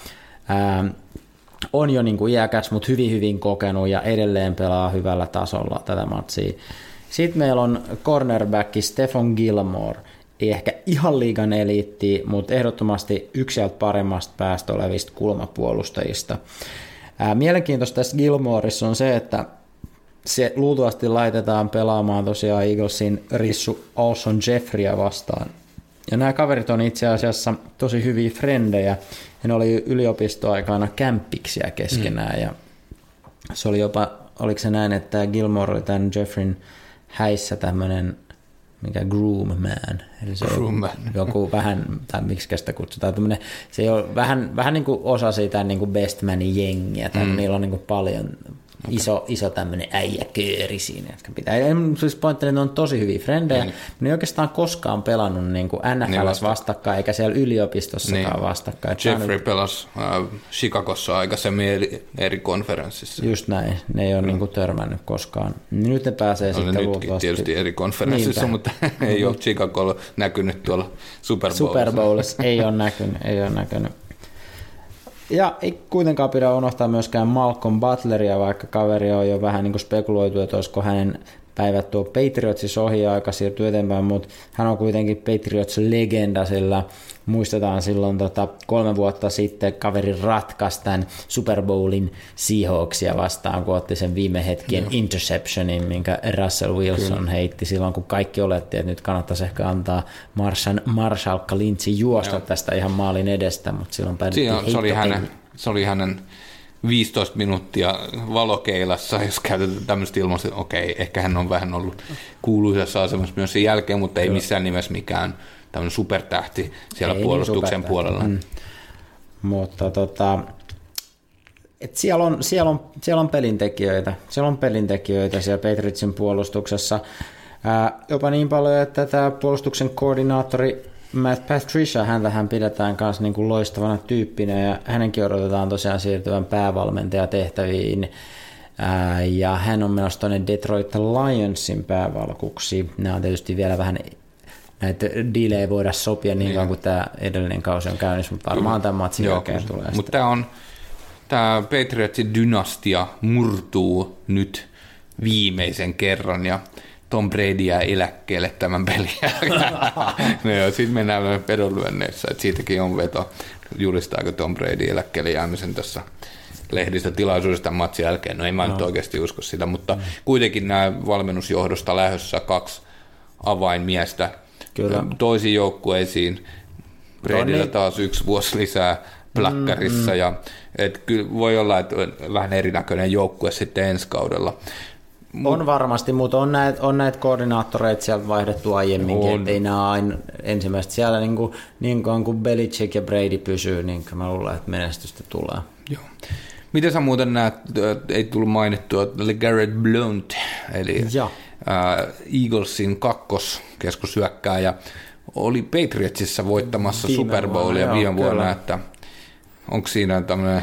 On jo niinku iäkäs, mutta hyvin kokenut ja edelleen pelaa hyvällä tasolla tätä matsia. Sitten meillä on cornerback Stephon Gilmore, ei ehkä ihan liigan eliitti, mutta ehdottomasti yksi sieltä paremmasta päästä olevista kulmapuolustajista. Mielenkiintoista tässä Gilmoressa on se, että se luultavasti laitetaan pelaamaan tosiaan Eaglesin Rissu Alshon Jeffreyä vastaan. Ja nämä kaverit on itse asiassa tosi hyviä frendejä, ja ne oli yliopistoaikana kämppiksiä keskenään, ja se oli jopa, oliko se näin, että Gilmore oli tämän Jeffreyn häissä tämmöinen mikä groom man, eli se on joku vähän, tai miksi sitä kutsutaan, tämmöinen, se on vähän niin kuin osa siitä niin kuin best manin jengiä, tai niillä on niin kuin paljon iso tämmöinen äijäkööri siinä, jotka pitää. Siis pointtelen, että ne on tosi hyviä frendejä, ne ei oikeastaan koskaan pelannut niin kuin NFL:ssä vastakkain, eikä siellä yliopistossakaan vastakkain. Jeffrey pelasi Chicagossa aikaisemmin eri konferenssissa. Just näin, ne ei ole niin kuin törmännyt koskaan. Nyt ne pääsee sitten luultavasti. Tietysti eri konferenssissa, mutta ei ole Chicagolla näkynyt tuolla Super Bowlissa. Super Bowlissa ei ole näkynyt. Ja ei kuitenkaan pidä unohtaa myöskään Malcolm Butleria, vaikka kaveri on jo vähän niin kuin spekuloitu, että olisiko hänen päivät tuo Patriotsissa ohi ja aika siirtyy eteenpäin, mutta hän on kuitenkin Patriots-legenda, sillä muistetaan silloin 3 vuotta sitten kaveri ratkaisi tämän Super Bowlin Seahawksia vastaan, kun otti sen viime hetkien interceptionin, minkä Russell Wilson heitti silloin, kun kaikki oletti, että nyt kannattaisi ehkä antaa Marshall Lynchin juosta tästä ihan maalin edestä, mutta silloin päädyttiin se oli hänen 15 minuuttia valokeilassa, jos käytetään tämmöistä ilmaista, okei, ehkä hän on vähän ollut kuuluisassa asemassa myös sen jälkeen, mutta ei missään nimessä mikään tämmöinen supertähti siellä ei puolustuksen niin puolella. Mutta et siellä on pelintekijöitä. Siellä on pelintekijöitä siellä Patriotsin puolustuksessa. Jopa niin paljon, että tämä puolustuksen koordinaattori Matt Patricia, häntähän pidetään myös niin kuin loistavana tyyppinä, ja hänenkin odotetaan tosiaan siirtyvän päävalmentajatehtäviin. Ja hän on menossa tuonne Detroit Lionsin päävalkuksi. Nämä on tietysti vielä vähän, näitä diilejä ei voida sopia niin kauan kuin tämä edellinen kausi on käynnissä, mutta varmaan tämän matsin jälkeen tulee. Mutta tämä Patriotsin dynastia murtuu nyt viimeisen kerran, ja Tom Brady jää eläkkeelle tämän pelin jälkeen. No sitten mennään vedonlyönneissä, että siitäkin on veto. Julistaako Tom Brady eläkkeelle jäämisen tässä lehdistötilaisuudessa tämän matsin jälkeen? No ei mä nyt oikeasti usko sitä, mutta kuitenkin nämä valmennusjohdosta lähdössä 2 avainmiestä toisiin joukkueisiin. Bradylla taas 1 vuosi lisää plakkarissa, ja kyllä voi olla, että vähän erinäköinen joukkue sitten ensi kaudella. On varmasti, mutta on näitä koordinaattoreita sieltä vaihdettu aiemminkin, ettei nämä aina ensimmäistä siellä niin kauan kuin Belichick ja Brady pysyy, niin mä luulen, että menestystä tulee. Joo. Miten sä muuten näet, ei tullut mainittua, Garrett Blount, eli Eaglesin kakkoskeskushyökkääjä, oli Patriotsissa voittamassa Super Bowlia viime vuonna, että onko siinä tämmöinen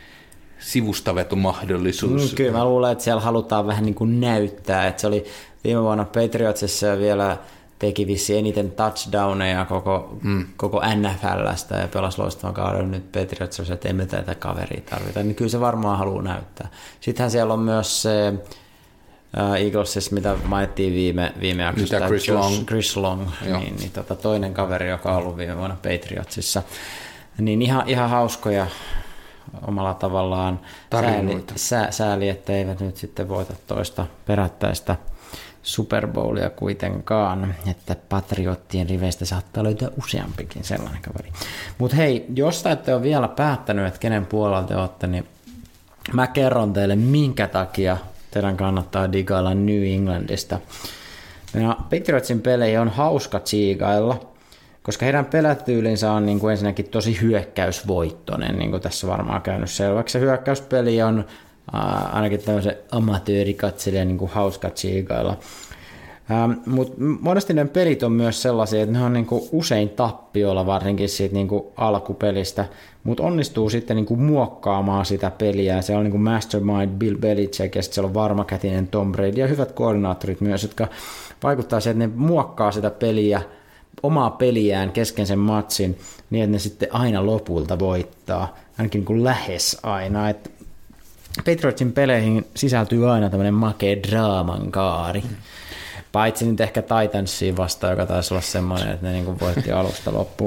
sivustavetomahdollisuus? Kyllä mä luulen, että siellä halutaan vähän niin kuin näyttää, että se oli viime vuonna Patriotsissa ja vielä teki vissi eniten touchdowneja koko NFL:stä ja pelasi loistavan kauden nyt Patriotsissa, että emme tätä kaveria tarvita, niin kyllä se varmaan haluaa näyttää. Sittenhän siellä on myös se Eaglesissa, mitä mainittiin viime jaksossa, Chris Long niin toinen kaveri, joka on ollut viime vuonna Patriotsissa, niin ihan hauskoja omalla tavallaan sääli, että eivät nyt sitten voita toista perättäistä Super Bowlia kuitenkaan, että Patriottien riveistä saattaa löytyä useampikin sellainen kaveri. Mutta hei, jos ette ole vielä päättänyt, että kenen puolella te olette, niin mä kerron teille, minkä takia teidän kannattaa digailla New Englandista. Ja Patriotsin pelejä on hauska tsiikailla, koska heidän pelätyylinsä on niin kuin ensinnäkin tosi hyökkäysvoittoinen, niin kuin tässä varmaan käynyt selväksi. Se hyökkäyspeli on ainakin tämmöisen amatöörikatselijan niin kuin hauska tsiikailla. Mutta monesti ne pelit on myös sellaisia, että ne on niin kuin usein tappiolla varsinkin siitä niin kuin alkupelistä, mutta onnistuu sitten niin kuin muokkaamaan sitä peliä. Se on niin kuin mastermind Bill Belichick ja sitten siellä on varmakätinen Tom Brady ja hyvät koordinaattorit myös, jotka vaikuttaa siihen, että ne muokkaa sitä peliä, omaa peliään kesken sen matsin niin, että ne sitten aina lopulta voittaa, ainakin niin kuin lähes aina. Et Patriotsin peleihin sisältyy aina tämmöinen makea draaman kaari. Paitsi nyt ehkä Titansiin vastaan, joka taisi olla semmoinen, että ne niin kuin voitti alusta loppuun.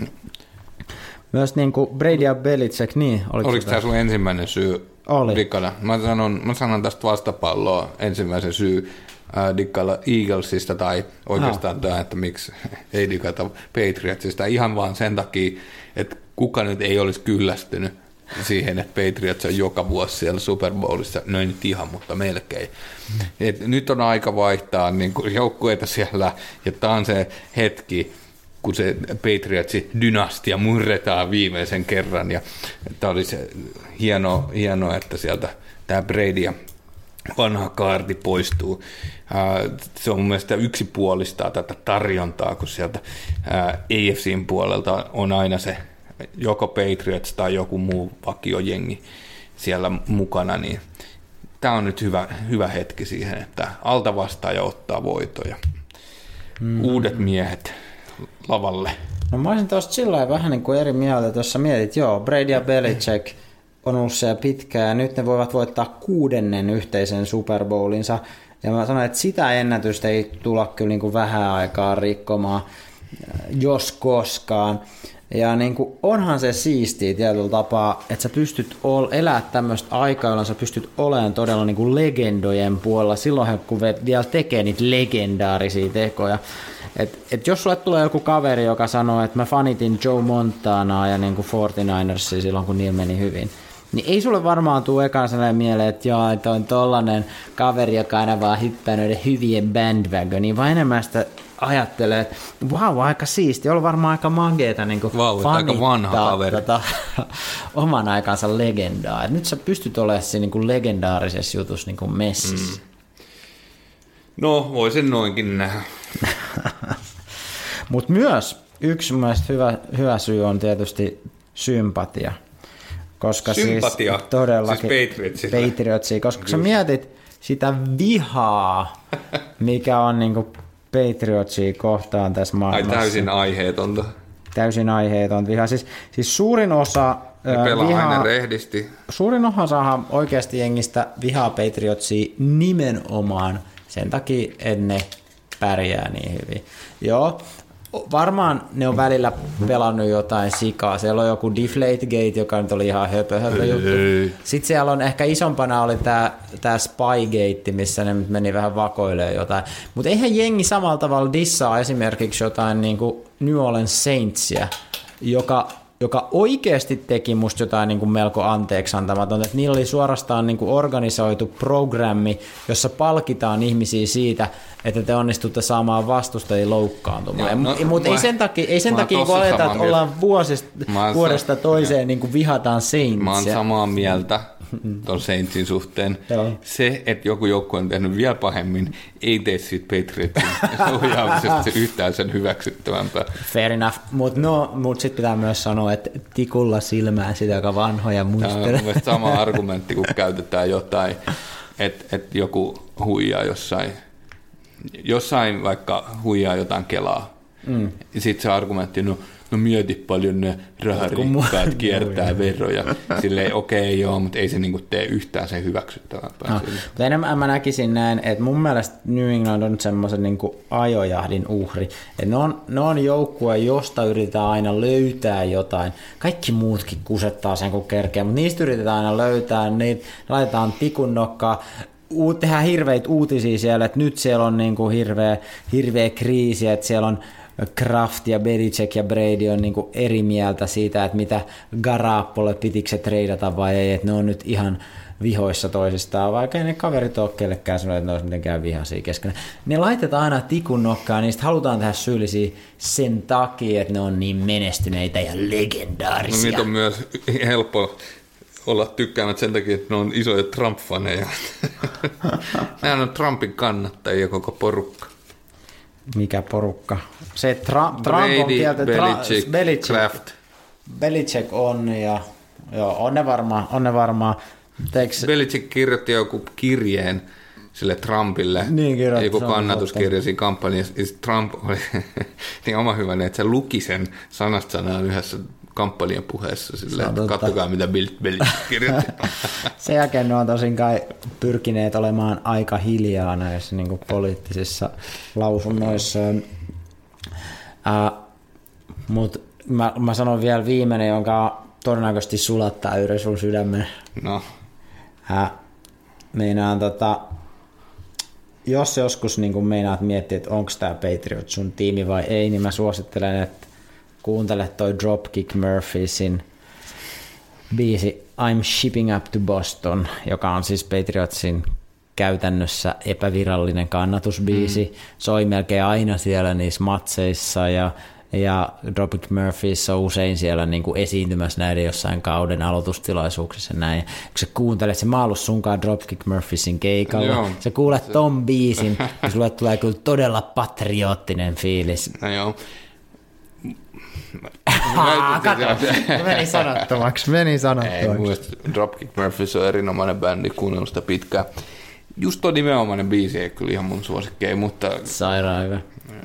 Myös niin kuin Brady ja Belichick, niin. Oliko tämä sun ensimmäinen syy dikkana? Mä sanon tästä vastapalloa ensimmäisen syy dikkailla Eaglesista tai oikeastaan tämä, että miksi ei dikkata Patriotsista. Ihan vaan sen takia, että kuka nyt ei olisi kyllästynyt siihen, että Patriots on joka vuosi siellä Super Bowlissa, no ei nyt ihan, mutta melkein. Et nyt on aika vaihtaa niin kuin joukkueita siellä, ja tämä on se hetki, kun se Patriotsin dynastia murretaan viimeisen kerran, ja tämä olisi hienoa, että sieltä tämä Brady ja vanha kaarti poistuu. Se on mun mielestä yksipuolistaa tätä tarjontaa, kun sieltä AFCin puolelta on aina se joko Patriots tai joku muu vakiojengi siellä mukana, niin tämä on nyt hyvä hetki siihen, että altavastaaja ottaa voitoja. Uudet miehet lavalle. No mä olisin tuosta sillä vähän niin kuin eri mieltä, että jos sä mietit, joo, Brady ja Belichick on ollut siellä pitkään, ja nyt ne voivat voittaa 6. yhteisen Super Bowlinsa, ja mä sanoin, että sitä ennätystä ei tulla kyllä niin kuin vähän aikaa rikkomaan, jos koskaan. Ja niin kuin onhan se siistiä tietyllä tapaa, että sä pystyt elää tämmöistä aikaa, jolloin sä pystyt olemaan todella niin kuin legendojen puolella silloin, kun vielä tekee niitä legendaarisia tekoja. Et jos sulle tulee joku kaveri, joka sanoo, että mä fanitin Joe Montanaa ja niin kuin 49ersia silloin, kun niillä meni hyvin, niin ei sulle varmaan tule ekaan sellainen mieleen, että joo, että on tollanen kaveri, joka aina vaan hyppää noiden hyvien bandwagoniin, vaan enemmän sitä ajattelee, että vau, aika siisti, on varmaan aika mageeta niin aika vanha kaveri. Oman aikansa legendaa. Et nyt sä pystyt olemaan siinä niin kuin legendaarisessa jutussa niin kuin messissä. No, voi sen noinkin nähdä. Mutta myös yksi mun mielestä hyvä syy on tietysti sympatia. Koska sympatia? Siis todellakin siis Patriotsia, koska sä mietit sitä vihaa, mikä on niinku Patriotsia kohtaan tässä maailmassa. Ai täysin aiheetonta. Täysin aiheetonta vihaa. Siis suurin osa pelaa aina rehdisti. Suurin osahan oikeasti jengistä vihaa Patriotsia nimenomaan sen takia, että ne pärjää niin hyvin. Joo, varmaan ne on välillä pelannut jotain sikaa. Siellä on joku Deflategate, joka nyt oli ihan höpö juttu. Sitten siellä on ehkä isompana oli tämä Spygate, missä ne meni vähän vakoilemaan jotain. Mutta eihän jengi samalla tavalla dissaa esimerkiksi jotain niin kuin New Orleans Saintsia, joka oikeasti teki musta jotain niin kuin melko anteeksiantamatonta. Niillä oli suorastaan niin kuin organisoitu programmi, jossa palkitaan ihmisiä siitä, että te onnistutte saamaan vastustajia loukkaantumaan. Mutta ei sen takia kun oletaan, että ollaan vuodesta toiseen niin kuin vihataan Saintsia. Mä oon samaa mieltä tuon Saintsin suhteen. Se, että joku joukkue on tehnyt vielä pahemmin, ei tee siitä Patriotsin ohjaamisesta yhtään sen hyväksyttävämpää. Fair enough, mutta sitten pitää myös sanoa, että tikulla silmään sitä, joka vanhoja muistelee. Tämä on mun sama argumentti, kun käytetään jotain, että joku huijaa jossain vaikka huijaa jotain kelaa. Ja sitten se argumentti, no no mieti paljon ne raharikkaat kiertää veroja. Silleen okei, joo, mutta ei se niinku tee yhtään sen hyväksyttävämpää. No, mutta enemmän mä näkisin näin, että mun mielestä New England on semmoisen niinku ajojahdin uhri. Että ne on joukkue, josta yritetään aina löytää jotain. Kaikki muutkin kusettaa sen kun kerkeä, mutta niistä yritetään aina löytää, niitä laitetaan tikun nokkaan. Tehdään hirveitä uutisia siellä, että nyt siellä on niinku hirveä kriisi, että siellä on Kraft ja Belichick ja Brady on niinku eri mieltä siitä, että mitä Garoppolo pitikö se treidata vai ei, että ne on nyt ihan vihoissa toisistaan, vaikka ei ne kaverit ole kellekään sanoa, että ne olisi mitenkään vihaisia keskenään. Ne laitetaan aina tikun nokkaan, niistä halutaan tehdä syyllisiä sen takia, että ne on niin menestyneitä ja legendaarisia. No, niitä on myös helppo olla tykkäämät sen takia, että ne on isoja Trump-faneja. Nämä on Trumpin kannattajia koko porukka. Mikä porukka? Se Trump Brady, on kieltä, Belichick, Kraft. Belichick on ja joo, on ne varmaan. Belichick kirjoitti joku kirjeen sille Trumpille, niin joku kannatuskirja siinä kampanjassa. Trump oli niin oma hyvänä, että se luki sen sanasta sanaan yhdessä kampanjan puheessa silleen, että katsokaa mitä Belichick kirjoitti. Sen jälkeen ne on tosin kai pyrkineet olemaan aika hiljaa näissä niin kuin poliittisissa lausunnoissa. Mutta mä sanon vielä viimeinen, jonka todennäköisesti sulattaa yhden sun sydämen. No. Meinaan jos joskus niin meinaat miettiä, että onko tämä Patriots sun tiimi vai ei, niin mä suosittelen, että kuuntele toi Dropkick Murphysin biisi I'm Shipping Up to Boston, joka on siis Patriotsin käytännössä epävirallinen kannatusbiisi. Soi melkein aina siellä niissä matseissa ja Dropkick Murphys on usein siellä niin kuin esiintymässä näiden jossain kauden aloitustilaisuuksissa näin. Kun sä kuuntelet, mä oon ollut sunkaan Dropkick Murphysin keikalla, joo, sä kuulet ton biisin, ja sulle tulee kyllä todella patriottinen fiilis. No joo. Meni sanottomaksi. Ei, mun mielestä Dropkick Murphys on erinomainen bändi, kuunnellut sitä pitkään. Just tuo nimenomainen biisi ei kyllä ihan mun suosikkeja, mutta... Sairaan hyvä.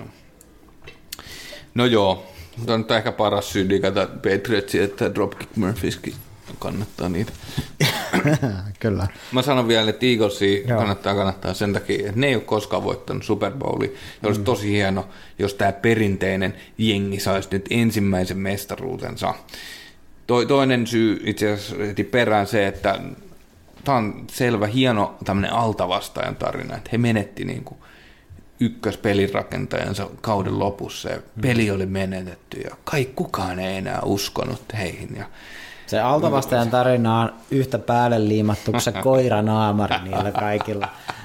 No joo, mutta on ehkä paras syy digata Patriotsia, että Dropkick Murphyskin kannattaa niitä. Kyllä. Mä sanon vielä, että Eaglesia kannattaa sen takia, että ne ei ole koskaan voittanut Super Bowlia. Ja olisi tosi hieno, jos tämä perinteinen jengi saisi nyt ensimmäisen mestaruutensa. Toinen syy itse asiassa heti perään se, että tämä on selvä hieno tämmöinen altavastajan tarina, että he menetti niin kuin ykköspelirakentajansa kauden lopussa ja peli oli menetetty ja kukaan ei enää uskonut heihin. Ja se altavastajan tarina on yhtä päälle liimattu kuin se koiranaamari niillä kaikilla.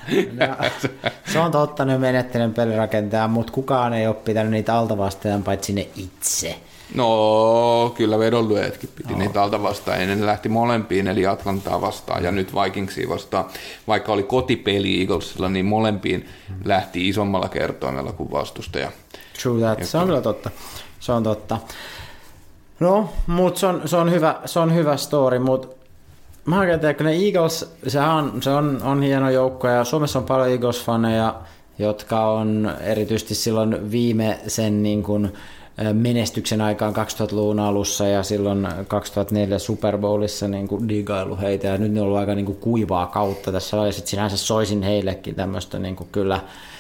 Se on totta, ne menettinen pelirakentaja, mutta kukaan ei ole pitänyt niitä altavastajan paitsi ne itse. No, kyllä vedonlyöjätkin piti niitä alta vastaan. Ne lähti molempiin, eli Atlantaa vastaan ja nyt Vikingsia vastaan. Vaikka oli kotipeli Eaglesilla, niin molempiin lähti isommalla kertoimella kuin vastustaja. True that. Se on kyllä totta. Se on totta. No, mutta se on hyvä story, mutta mä ajattelin, että ne Eagles, se on hieno joukko ja Suomessa on paljon Eagles-faneja, jotka on erityisesti silloin viimeisen niin kuin menestyksen aikaan 2000-luvun alussa ja silloin 2004 Super Bowlissa niin kuin digailu heitä ja nyt ne on ollut aika niin kuin kuivaa kautta tässä ja sitten sinänsä soisin heillekin tämmöistä niin kuin kyllä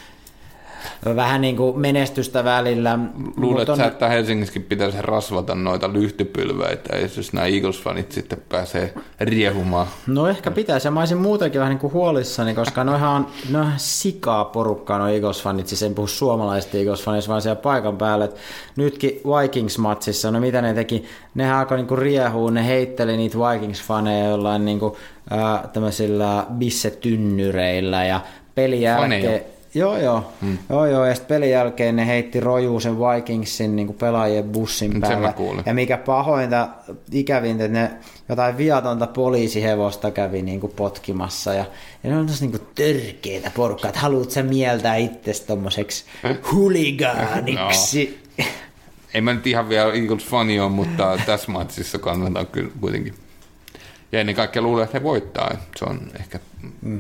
vähän niin kuin menestystä välillä. Luulet sä, että Helsingissäkin pitäisi rasvata noita lyhtypylväitä, jos nämä Eagles-fanit sitten pääsee riehumaan? No ehkä pitäisi, ja mä olisin muutenkin vähän niin kuin huolissani, koska noihan on sikaa porukkaa nuo Eagles-fanit, siis en puhu suomalaisista Eagles-fanista, vaan siellä paikan päällä. Et nytkin Vikings-matsissa, no mitä ne teki? Nehän alkoi niin kuin riehua, ne heitteli niitä Vikings-faneja jollain niin kuin, tämmöisillä bissetynnyreillä ja pelin jälkeen. Joo, ja sitten pelin jälkeen ne heitti rojuu sen Vikingsin niin kuin pelaajien bussin päällä. Ja mikä pahointa, ikävintä, että ne jotain viatonta poliisihevosta kävi niin kuin potkimassa. Ja ne on tosi niin kuin törkeitä porukkaa, että haluat sä mieltää itsesi tommoseksi huligaaniksi. No. Ei mä nyt ihan vielä Eagles-fani ole, mutta tässä matsissa kannatan kyllä kuitenkin. Ja ennen kaikkea luulen, että he voittaa. Se on ehkä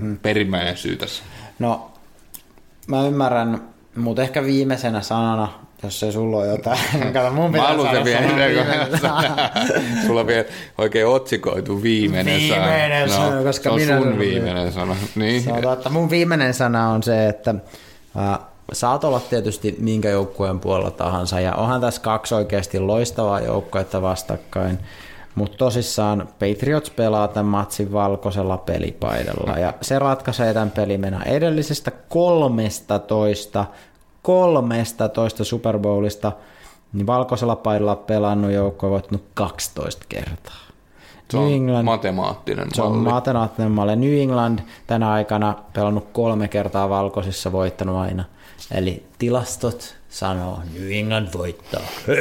perimmäinen syy tässä. No, mä ymmärrän, mutta ehkä viimeisenä sanana Jos ei sulla ole jotain. Kato, mun pitää saada viimeinen sana. Sulla on vielä oikein otsikoitu viimeinen sana. Koska se on minä sun viimeinen sana. Niin. Sanotaan, että mun viimeinen sana on se, että saat olla tietysti minkä joukkueen puolella tahansa, ja onhan tässä kaksi oikeasti loistavaa joukkuetta vastakkain, mutta tosissaan Patriots pelaa tämän matsin valkoisella pelipaidalla, ja se ratkaisee tämän pelimennä edellisestä 13 Super Bowlista, niin valkoisella paidalla pelannut joukko on voittanut 12 kertaa. Se on matemaattinen malli. Se on matemaattinen malli. New England tänä aikana pelannut 3 kertaa valkoisissa, voittanut aina. Eli tilastot sanoo, New England voittaa.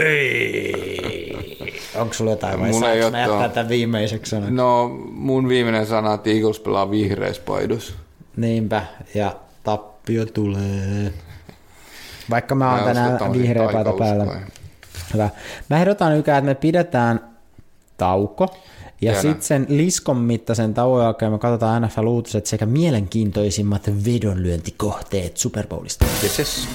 Hei! Onko sulla jotain vai saanko mä jättää tämän viimeiseksi sanan? No mun viimeinen sana, että Eagles pelaa vihreissä paidossa. Niinpä, ja tappio tulee. Vaikka mä oon tänään vihreä paita päällä. Hyvä. Mä ehdotan että me pidetään tauko. Ja sitten sen liskon mittaisen tauon jälkeen me katsotaan NFL-uutiset sekä mielenkiintoisimmat vedonlyöntikohteet Super Bowlista. Yes.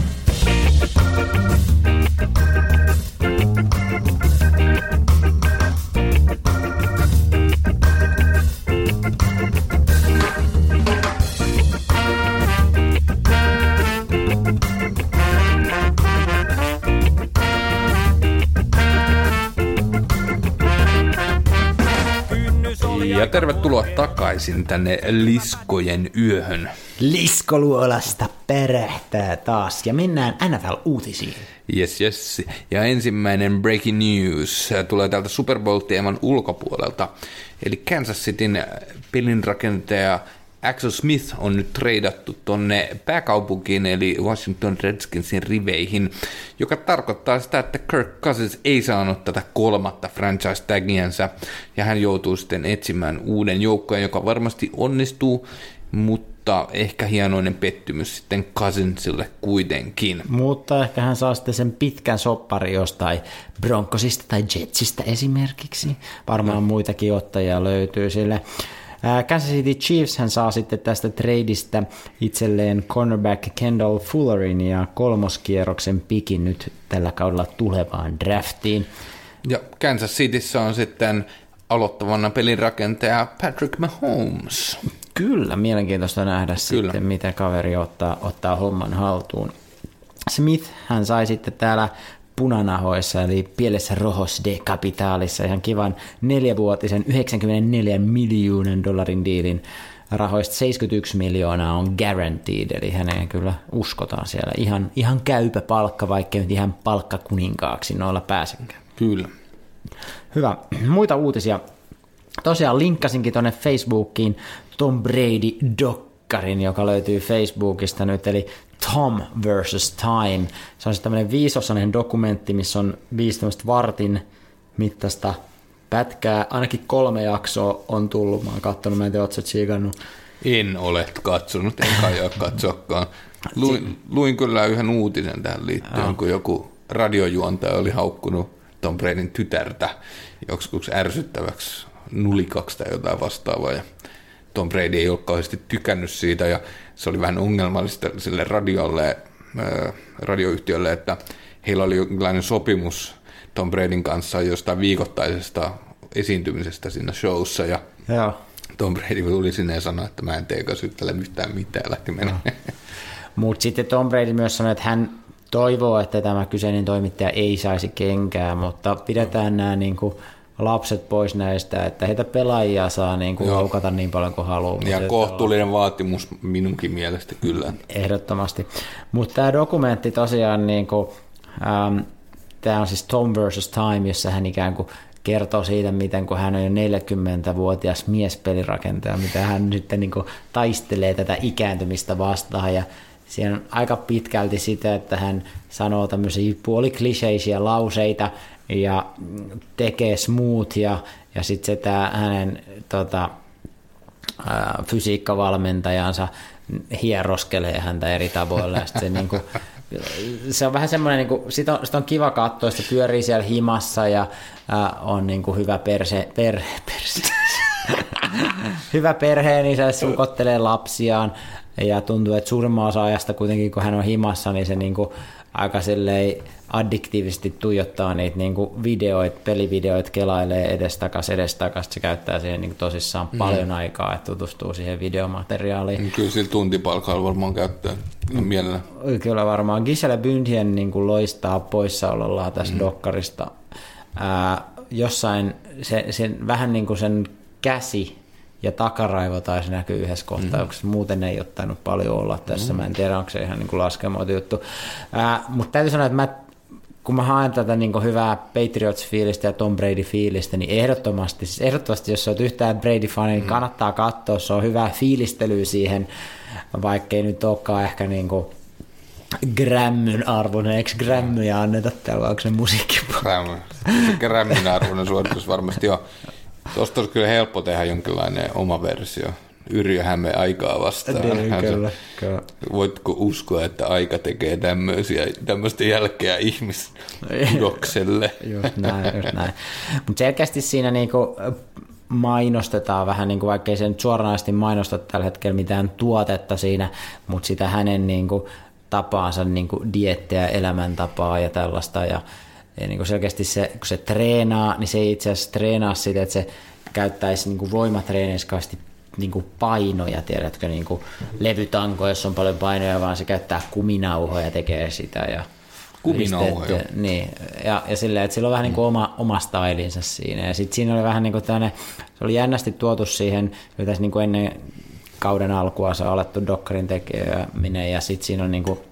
Ja tervetuloa takaisin tänne Liskojen yöhön. Liskoluolasta perähtää taas ja mennään NFL-uutisiin. Yes. Ja ensimmäinen breaking news tulee täältä Super Bowl-teeman ulkopuolelta. Eli Kansas Cityn pelinrakentaja Axel Smith on nyt treidattu tonne pääkaupunkiin eli Washington Redskinsin riveihin, joka tarkoittaa sitä, että Kirk Cousins ei saanut tätä 3. franchise-tagiänsä ja hän joutuu sitten etsimään uuden joukkojen, joka varmasti onnistuu, mutta ehkä hienoinen pettymys sitten Cousinsille kuitenkin. Mutta ehkä hän saa sitten sen pitkän soppari jostain Broncosista tai Jetsistä esimerkiksi. Varmaan muitakin ottajia löytyy sille. Kansas City Chiefs hän saa sitten tästä tradeista itselleen cornerback Kendall Fullerin ja 3. kierroksen pikin nyt tällä kaudella tulevaan draftiin. Ja Kansas Cityssä on sitten aloittavana pelinrakentaja Patrick Mahomes. Kyllä, mielenkiintoista nähdä sitten, miten kaveri ottaa homman haltuun. Smith hän sai sitten täällä punanahoissa, eli pielessä Rojos de Capitalissa ihan kivan 4-vuotisen $94 miljoonan diilin. Rahoista 71 miljoonaa on guaranteed, eli häneen kyllä uskotaan siellä. Ihan käypä palkka, vaikka nyt ihan palkkakuninkaaksi noilla pääsekään. Kyllä. Hyvä. Muita uutisia. Tosiaan linkkasinkin tuonne Facebookiin Tom Brady-dokkarin, joka löytyy Facebookista nyt, eli Tom vs. Time. Se on siis tämmöinen 5-osainen dokumentti, missä on 15 vartin mittaista pätkää. Ainakin 3 jaksoa on tullut. Mä oon katsonut, mä en tiedä, ootko sä tsiikannut. En ole katsonut, en kai ole katsoakaan. Luin kyllä yhden uutisen tähän liittyen, kun joku radiojuontaja oli haukkunut Tom Bradyn tytärtä joksikuksi ärsyttäväksi nulikaksi tai jotain vastaavaa. Ja Tom Brady ei ole kauheasti tykännyt siitä ja se oli vähän ongelmallista sille radioyhtiölle, että heillä oli jonkinlainen sopimus Tom Bradyn kanssa jostain viikoittaisesta esiintymisestä siinä showssa ja Tom Brady tuli sinne ja sanoi, että mä en tee kanssa yhtään mitään, lähti menemään. Mutta sitten Tom Brady myös sanoi, että hän toivoo, että tämä kyseinen toimittaja ei saisi kenkää, mutta pidetään nämä niinku lapset pois näistä, että heitä pelaajia saa niinku loukata niin paljon kuin haluaa. Ja kohtuullinen vaatimus minunkin mielestä kyllä. Ehdottomasti. Mutta tämä dokumentti tosiaan, niinku, tämä on siis Tom vs. Time, jossa hän ikään kuin kertoo siitä, miten kun hän on jo 40-vuotias miespelirakentaja, mitä hän sitten niinku taistelee tätä ikääntymistä vastaan ja siinä on aika pitkälti sitä, että hän sanoo tämmöisiä puolikliseisiä lauseita ja tekee smoothia ja sitten se tämä hänen fysiikkavalmentajansa hieroskelee häntä eri tavoilla ja se, niinku, se on vähän semmoinen, niinku, sitä on kiva katsoa, sitä pyörii siellä himassa ja on niinku hyvä perse hyvä perheen isä, sukottelee lapsiaan ja tuntuu, että suurimman osa ajasta kuitenkin, kun hän on himassa, niin se niinku aika addiktiivisesti tuijottaa niitä niinku videoita, pelivideoita, kelailee edestakas. Se käyttää siihen niinku tosissaan paljon aikaa, että tutustuu siihen videomateriaaliin. Kyllä sillä tuntipalkalla varmaan käyttää mielellä. Kyllä varmaan. Giselle Bündchen niinku loistaa poissaolollaan tästä dokkarista. Jossain sen vähän niin kuin sen käsi ja takaraivo taisi näkyy yhdessä kohtauksessa. Muuten ei ole tainnut paljon olla tässä. Mä en tiedä, onko se ihan niin laskelmoitu juttu. Mutta täytyy sanoa, että kun mä haen tätä niin hyvää Patriots-fiilistä ja Tom Brady-fiilistä, niin ehdottomasti, jos sä oot yhtään Brady-fani, niin kannattaa katsoa. Se on hyvää fiilistelyä siihen, vaikkei nyt olekaan ehkä niin kuin Grammyn arvoinen. Eikö Grammyja anneta täällä, vai onko se musiikki? Se Grammyn arvoinen suoritus varmasti on. Tuosta olisi kyllä helppo tehdä jonkinlainen oma versio. Yrjö Häme aikaa vastaan. Kyllä. Voitko uskoa, että aika tekee tämmöistä jälkeä ihmiskudokselle? Just näin. Mutta selkeästi siinä niinku mainostetaan vähän, niinku, vaikkei se nyt suoranaisesti mainosta tällä hetkellä mitään tuotetta siinä, mutta sitä hänen niinku tapaansa, niinku dieettiä, elämäntapaa ja tällaista. Ja niin kuin selkeästi se, kun se treenaa, niin se ei itse asiassa treenaa sitä, että se käyttäisi niin kuin voimatreeneissä niin kuin painoja, tiedätkö, niin kuin levytanko, jos on paljon painoja, vaan se käyttää kuminauhoja ja tekee sitä. Ja kuminauhoja? Niin, ja silleen, että sillä on vähän niin kuin oma stylinsa siinä. Ja sitten siinä oli vähän niin kuin tämmöinen, se oli jännästi tuotu siihen, jo tässä niin kuin ennen kauden alkua se on alettu dokkarin tekeminen, ja sitten siinä on niin kuin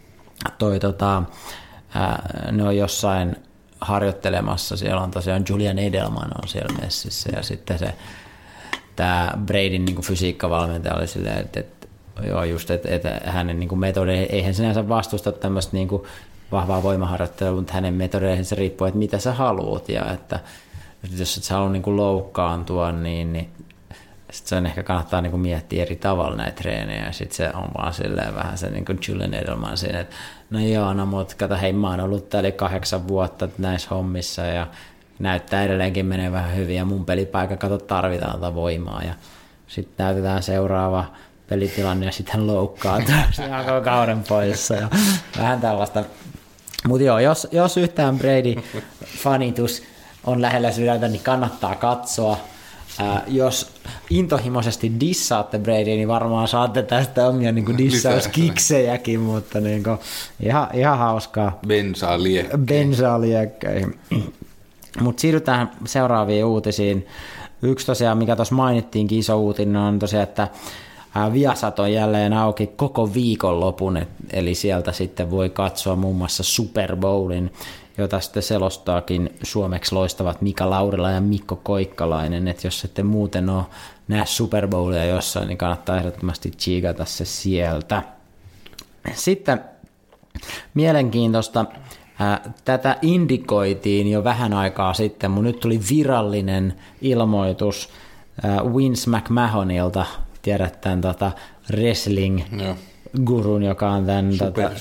ne on jossain harjoittelemassa, siellä on tosiaan Julian Edelman on siellä messissä, ja sitten tämä Bradyn niin kuin fysiikkavalmentaja oli silleen, että hänen niin kuin metodeihin, eihän sinänsä vastusta tämmöistä niin kuin vahvaa voimaharjoittelua, mutta hänen metodeihin se riippuu, että mitä sä haluut, ja että jos et sä halua niin kuin loukkaantua, niin sitten sen ehkä kannattaa niin kuin miettiä eri tavalla näitä treenejä, ja sitten se on vaan silleen vähän se niin kuin Julian Edelman siinä, että mutta kato, hei, mä oon ollut täällä 8 vuotta näissä hommissa, ja näyttää edelleenkin menee vähän hyvin, ja mun pelipaikka, kato, tarvitaan tätä voimaa, ja sitten näytetään seuraava pelitilanne, ja sitten hän loukkaantuu koko kauden poissa, ja vähän tällaista. Mutta joo, jos yhtään Brady-fanitus on lähellä sydäntä, niin kannattaa katsoa. Jos intohimoisesti dissaatte Bradyä, niin varmaan saatte tästä omia niin dissauskiksejäkin, mutta niin kuin, ihan hauskaa. Bensaa liekkeihin. Mutta siirrytään seuraaviin uutisiin. Yksi tosiaan, mikä tuossa mainittiinkin, iso uutinen on tosiaan, että Viasat on jälleen auki koko viikonlopun, eli sieltä sitten voi katsoa muun muassa Super Bowlin, jota sitten selostaakin suomeksi loistavat Mika Laurila ja Mikko Koikkalainen, että jos ette muuten ole näe Super Bowlia jossain, niin kannattaa ehdottomasti tsiikata se sieltä. Sitten mielenkiintoista, tätä indikoitiin jo vähän aikaa sitten, mutta nyt tuli virallinen ilmoitus Vince McMahonilta, tiedät tämän wrestling-gurun, joka on tämän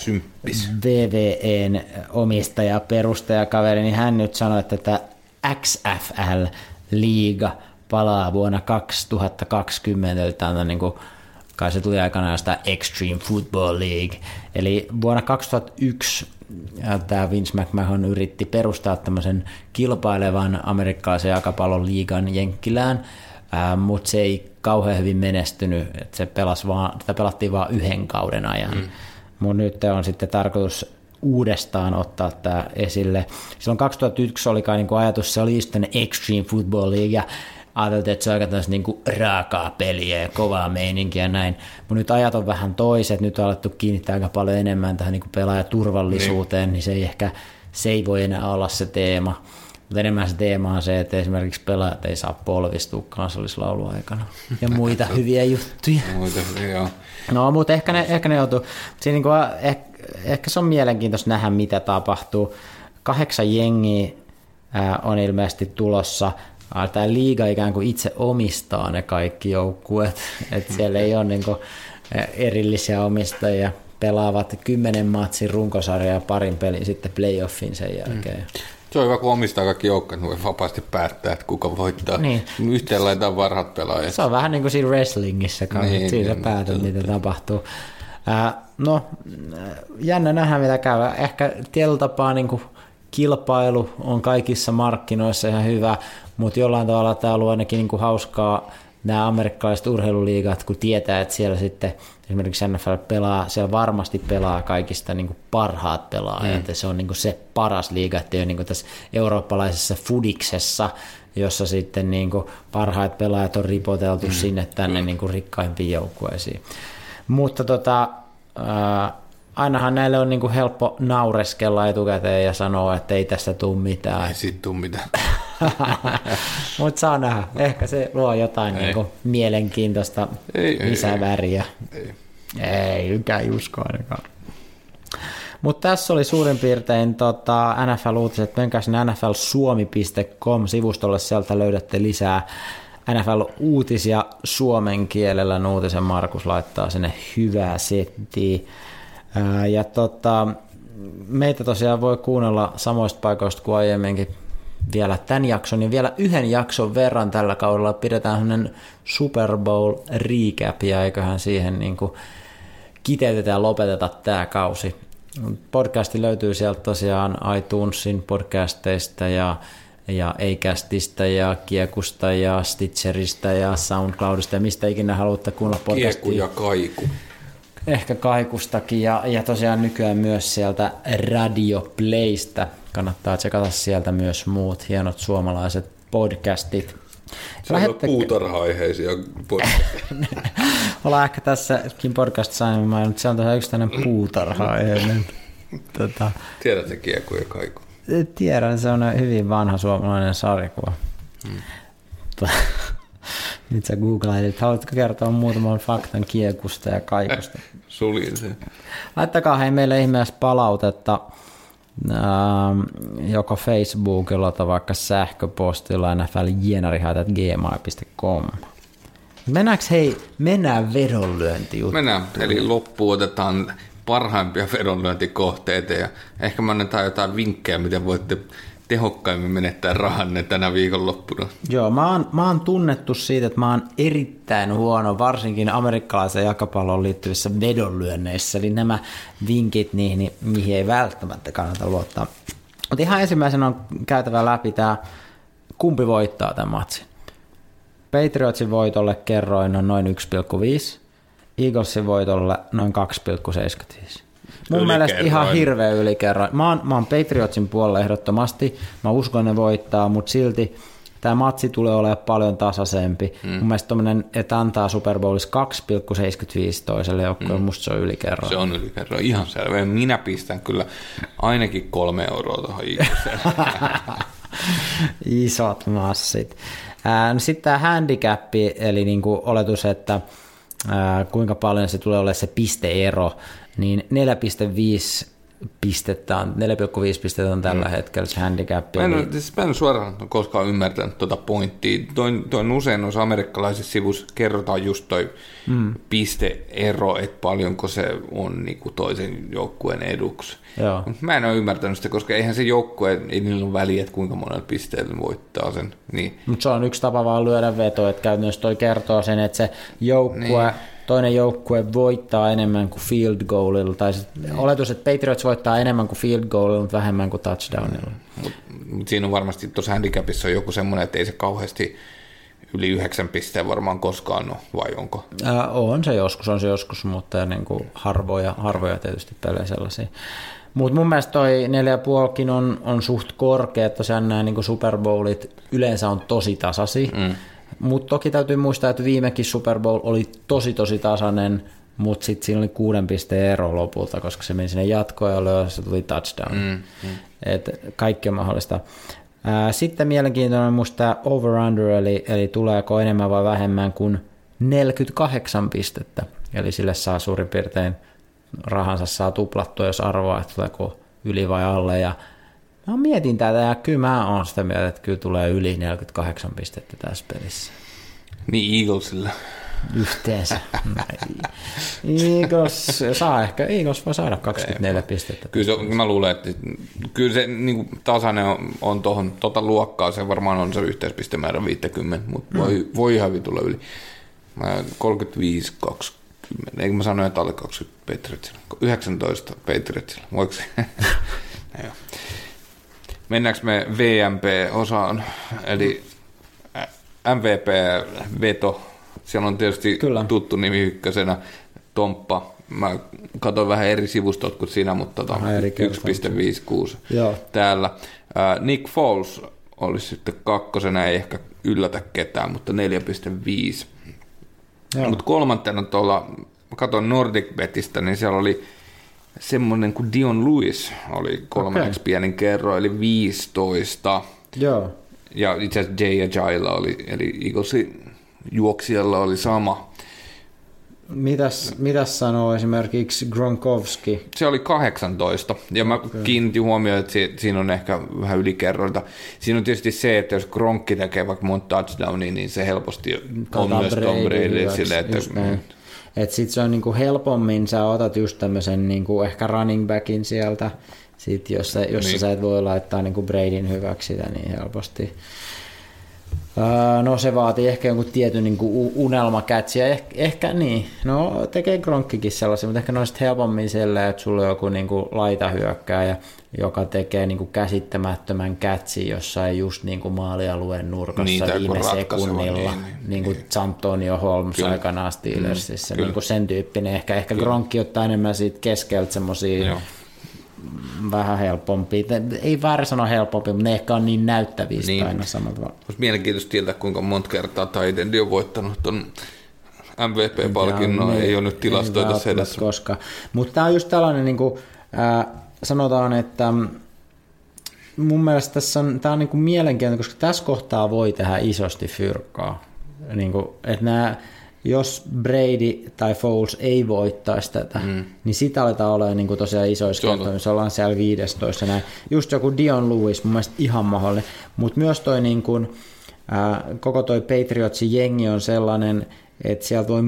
VVEn omistaja, perustajakaveri, niin hän nyt sanoi, että tämä XFL-liiga palaa vuonna 2020, eli tämä on niin kuin, kai se tuli aikanaan jostain Extreme Football League, eli vuonna 2001 tämä Vince McMahon yritti perustaa tämmöisen kilpailevan amerikkalaisen jalkapallon liigan Jenkkilään, mutta se ei kauhean hyvin menestynyt, että sitä pelattiin vain 1 kauden ajan. Mutta nyt on sitten tarkoitus uudestaan ottaa tämä esille. Silloin 2001 oli kai niinku ajatus, se oli just tänne Extreme Football League, ja ajateltiin, että se on aika tämmöistä niinku raakaa peliä ja kovaa meininkiä ja näin. Mutta nyt ajat on vähän toiset, nyt on alettu kiinnittää aika paljon enemmän tähän niinku pelaajaturvallisuuteen, niin se ei voi enää olla se teema. Mutta enemmän se teema on se, että esimerkiksi pelaajat ei saa polvistua kansallislaulun aikana. Ja muita hyviä juttuja. No, mutta ehkä ne joutuu. Siinä niinku, ehkä se on mielenkiintoista nähdä, mitä tapahtuu. 8 jengiä on ilmeisesti tulossa. Tämä liiga ikään kuin itse omistaa ne kaikki joukkueet. Että siellä ei ole niinku erillisiä omistajia. Pelaavat 10 matsin runkosarjaa ja parin pelin sitten playoffin sen jälkeen. Se on hyvä, kun omistaa kaikki joukkoja, voi vapaasti päättää, että kuka voittaa. Niin. Yhteen laitetaan varhat pelaajat. Se on vähän niin kuin siinä wrestlingissä, niin, siinä niin, päätät, mitä tapahtuu. No, jännä nähdä, mitä käy. Ehkä tietyllä tapaa niin kuin kilpailu on kaikissa markkinoissa ihan hyvä, mutta jollain tavalla tämä on ainakin niin kuin hauskaa, nämä amerikkalaiset urheiluliigat, kun tietää, että siellä sitten esimerkiksi NFL pelaa, siellä varmasti pelaa kaikista niin kuin parhaat pelaajat, ja se on niin kuin se paras liiga, että ei ole niin kuin tässä eurooppalaisessa fudiksessa, jossa sitten niin kuin parhaat pelaajat on ripoteltu sinne tänne niin kuin rikkaimpiin joukkueisiin. Mutta ainahan näille on niin kuin helppo naureskella etukäteen ja sanoa, että ei tästä tule mitään. Ei siitä tule mitään. Mutta saa nähdä. Ehkä se luo jotain niin kuin mielenkiintoista lisäväriä. Ei ykään usko ainakaan. Mutta tässä oli suurin piirtein NFL-uutiset. Menkää sinne nflsuomi.com-sivustolle, sieltä löydätte lisää NFL-uutisia suomen kielellä. Uutisen Markus laittaa sinne hyvää settiä. Ja meitä tosiaan voi kuunnella samoista paikoista kuin aiemminkin vielä tämän jakson ja vielä yhden jakson verran tällä kaudella. Pidetään sellainen Super Bowl recap ja eiköhän siihen niin kuin kiteytetä ja lopeteta tämä kausi. Podcasti löytyy sieltä tosiaan iTunesin podcasteista ja Acastista ja Kiekusta ja Stitcherista ja SoundCloudista ja mistä ikinä haluatte kuunnella podcastia. Kieku ja kaiku. Ehkä kaikustakin ja tosiaan nykyään myös sieltä Radio Playstä. Kannattaa tsekata sieltä myös muut hienot suomalaiset podcastit. Puutarha-aiheisia podcasteja. Ollaan ehkä tässäkin podcastissa mainittu, se on tosiaan yksi tämmöinen puutarha-aiheinen. Tiedätkö Kieku ja kaiku? Tiedän, se on hyvin vanha suomalainen sarjakuva. Nyt sä googlailit, haluatko kertoa muutaman faktan Kiekusta ja kaikusta? Suljin se. Laittakaa hei meille ihmeessä palautetta joko Facebookilla tai vaikka sähköpostilla nfljenarihat@gmail.com. Mennään vedonlyöntijuttuun. Mennään, eli loppuun otetaan parhaimpia vedonlyöntikohteita ja ehkä me annetaan jotain vinkkejä, miten voitte tehokkaimmin menettää rahanne tänä viikonloppuna. Joo, mä oon tunnettu siitä, että mä oon erittäin huono, varsinkin amerikkalaiseen jalkapalloon liittyvissä vedonlyönneissä, eli nämä vinkit niihin ei välttämättä kannata luottaa. Mutta ihan ensimmäisenä on käytävä läpi tämä, kumpi voittaa tämän matsin. Patriotsin voitolle kerroin on noin 1,5, Eaglesin voitolle noin 2,75. Mun mielestä ihan hirveä ylikerroin. Mä oon Patriotsin puolella ehdottomasti. Mä uskon, ne voittaa, mutta silti tämä matsi tulee olemaan paljon tasaisempi. Mun mielestä tommonen, että antaa Super Bowlissa 2,75 toiselle joukkueelle, musta se on ylikerroin. Se on ylikerroin, ihan selvä. Minä pistän kyllä ainakin 3 euroa tuohon Eagleseen. Isot massit. Sitten tämä handicap, eli niinku oletus, että kuinka paljon se tulee olemaan se pisteero, niin 4,5 pistettä on, 4,5 pistettä on tällä hetkellä se handicap. Mä en suoraan koskaan ymmärtänyt tuota pointtia. Toin usein noissa amerikkalaisissa sivuissa kerrotaan just toi pisteero, että paljonko se on niinku toisen joukkueen eduksi. Joo. Mä en ole ymmärtänyt sitä, koska eihän se joukkue, ei niillä ole väliä, että kuinka monella pisteellä voittaa sen. Niin. Mutta se on yksi tapa vaan lyödä veto, että käytännössä toi kertoo sen, että se joukkue, toinen joukkue voittaa enemmän kuin field goalilla, tai oletus, että Patriots voittaa enemmän kuin field goalilla, mutta vähemmän kuin touchdownilla. Mut siinä on varmasti tuossa handicapissa on joku semmoinen, että ei se kauheasti yli 9 pisteen varmaan koskaan ole, vai onko? On se joskus, mutta niin kuin harvoja tietysti pelejä sellaisia. Mutta mun mielestä toi 4,5kin on suht korkea, että tosiaan nämä niin Super Bowlit yleensä on tosi tasaisia. Mutta toki täytyy muistaa, että viimekin Super Bowl oli tosi tasainen, mutta sitten siinä oli 6 pisteen ero lopulta, koska se meni sinne jatkoon ja se tuli touchdown. Et kaikki on mahdollista. Sitten mielenkiintoinen on musta tämä over-under, eli tuleeko enemmän vai vähemmän kuin 48 pistettä. Eli sille saa suurin piirtein rahansa saa tuplattua, jos arvoa, että tuleeko yli vai alle. Ja mä mietin tätä ja kyllä mä oon sitä mieltä, että kyllä tulee yli 48 pistettä tässä pelissä. Niin Eaglesilla. yhteensä. Eagles voi saada 24 pistettä. Kyllä mä luulen, että kyllä se niin tasainen on tuohon luokkaa, se varmaan on se yhteispistemäärä 50, mutta voi ihan vitulla yli. 35-20, eikö mä sanoin, että alle 20 Patriotsilla, 19 Patriotsilla, voiko se? No, mennäänkö me VMP-osaan, eli MVP-veto, siellä on tietysti kyllä tuttu nimi ykkösenä, Tomppa. Mä katsoin vähän eri sivustot kuin sinä, mutta 1,56 täällä. Nick Foles olisi sitten kakkosena, ei ehkä yllätä ketään, mutta 4,5. Mutta kolmantena tuolla, katsoin Nordic Betistä, niin siellä oli semmoinen kuin Dion Lewis, oli kolmanneksi pienin kerro, eli 15. Joo. Ja itse asiassa Jay Ajaila oli, eli Eaglesin juoksijalla oli sama. Mitäs sanoo esimerkiksi Gronkowski? Se oli 18, ja mä kiinnitin huomioon, että siinä on ehkä vähän ylikerroilta. Siinä on tietysti se, että jos Gronkki tekee vaikka monta touchdownia, niin se helposti on myös Tom Brady sille, että että sit se on niinku helpommin, sä otat just tämmösen niinku ehkä running backin sieltä, sit jos niin sä et voi laittaa niinku Bradyn hyväksi sitä niin helposti. No se vaatii ehkä jonkun tietyn niinku unelmakätsiä, ehkä niin, no tekee Gronkkikin sellaisia, mutta ehkä ne on sitten helpommin silleen, että sulla on joku niinku laitahyökkääjä, joka tekee niinku käsittämättömän kätsin jossain just niinku maalialueen nurkassa viime sekunnilla, niin kuin Antonio Holmes aikanaan Steelersissa, niinku sen tyyppinen, ehkä Gronkki ottaa enemmän siitä keskeltä semmosia vähän helpompi. Ei väärin sanoa helpompi, mutta ne ehkä on niin näyttäviä niin aina samalla tavalla. Olisi mielenkiintoista tietää, kuinka monta kertaa Taitendi on voittanut tuon MVP-palkinnon. Ei ole nyt tilastoita sedessä. Mutta tämä on just tällainen, niin kuin, sanotaan, että mun mielestä tämä on niin kuin mielenkiintoinen, koska tässä kohtaa voi tehdä isosti fyrkkaa. Niin kuin, että jos Brady tai Foles ei voittaisi tätä, niin sitä aletaan olemaan niin kuin tosiaan isoissa kertoimissa, ollaan siellä 15. Näin. Just joku Dion Lewis, mun mielestä ihan mahdollinen, mutta myös toi, niin kuin, koko toi Patriotsin jengi on sellainen, että siellä voi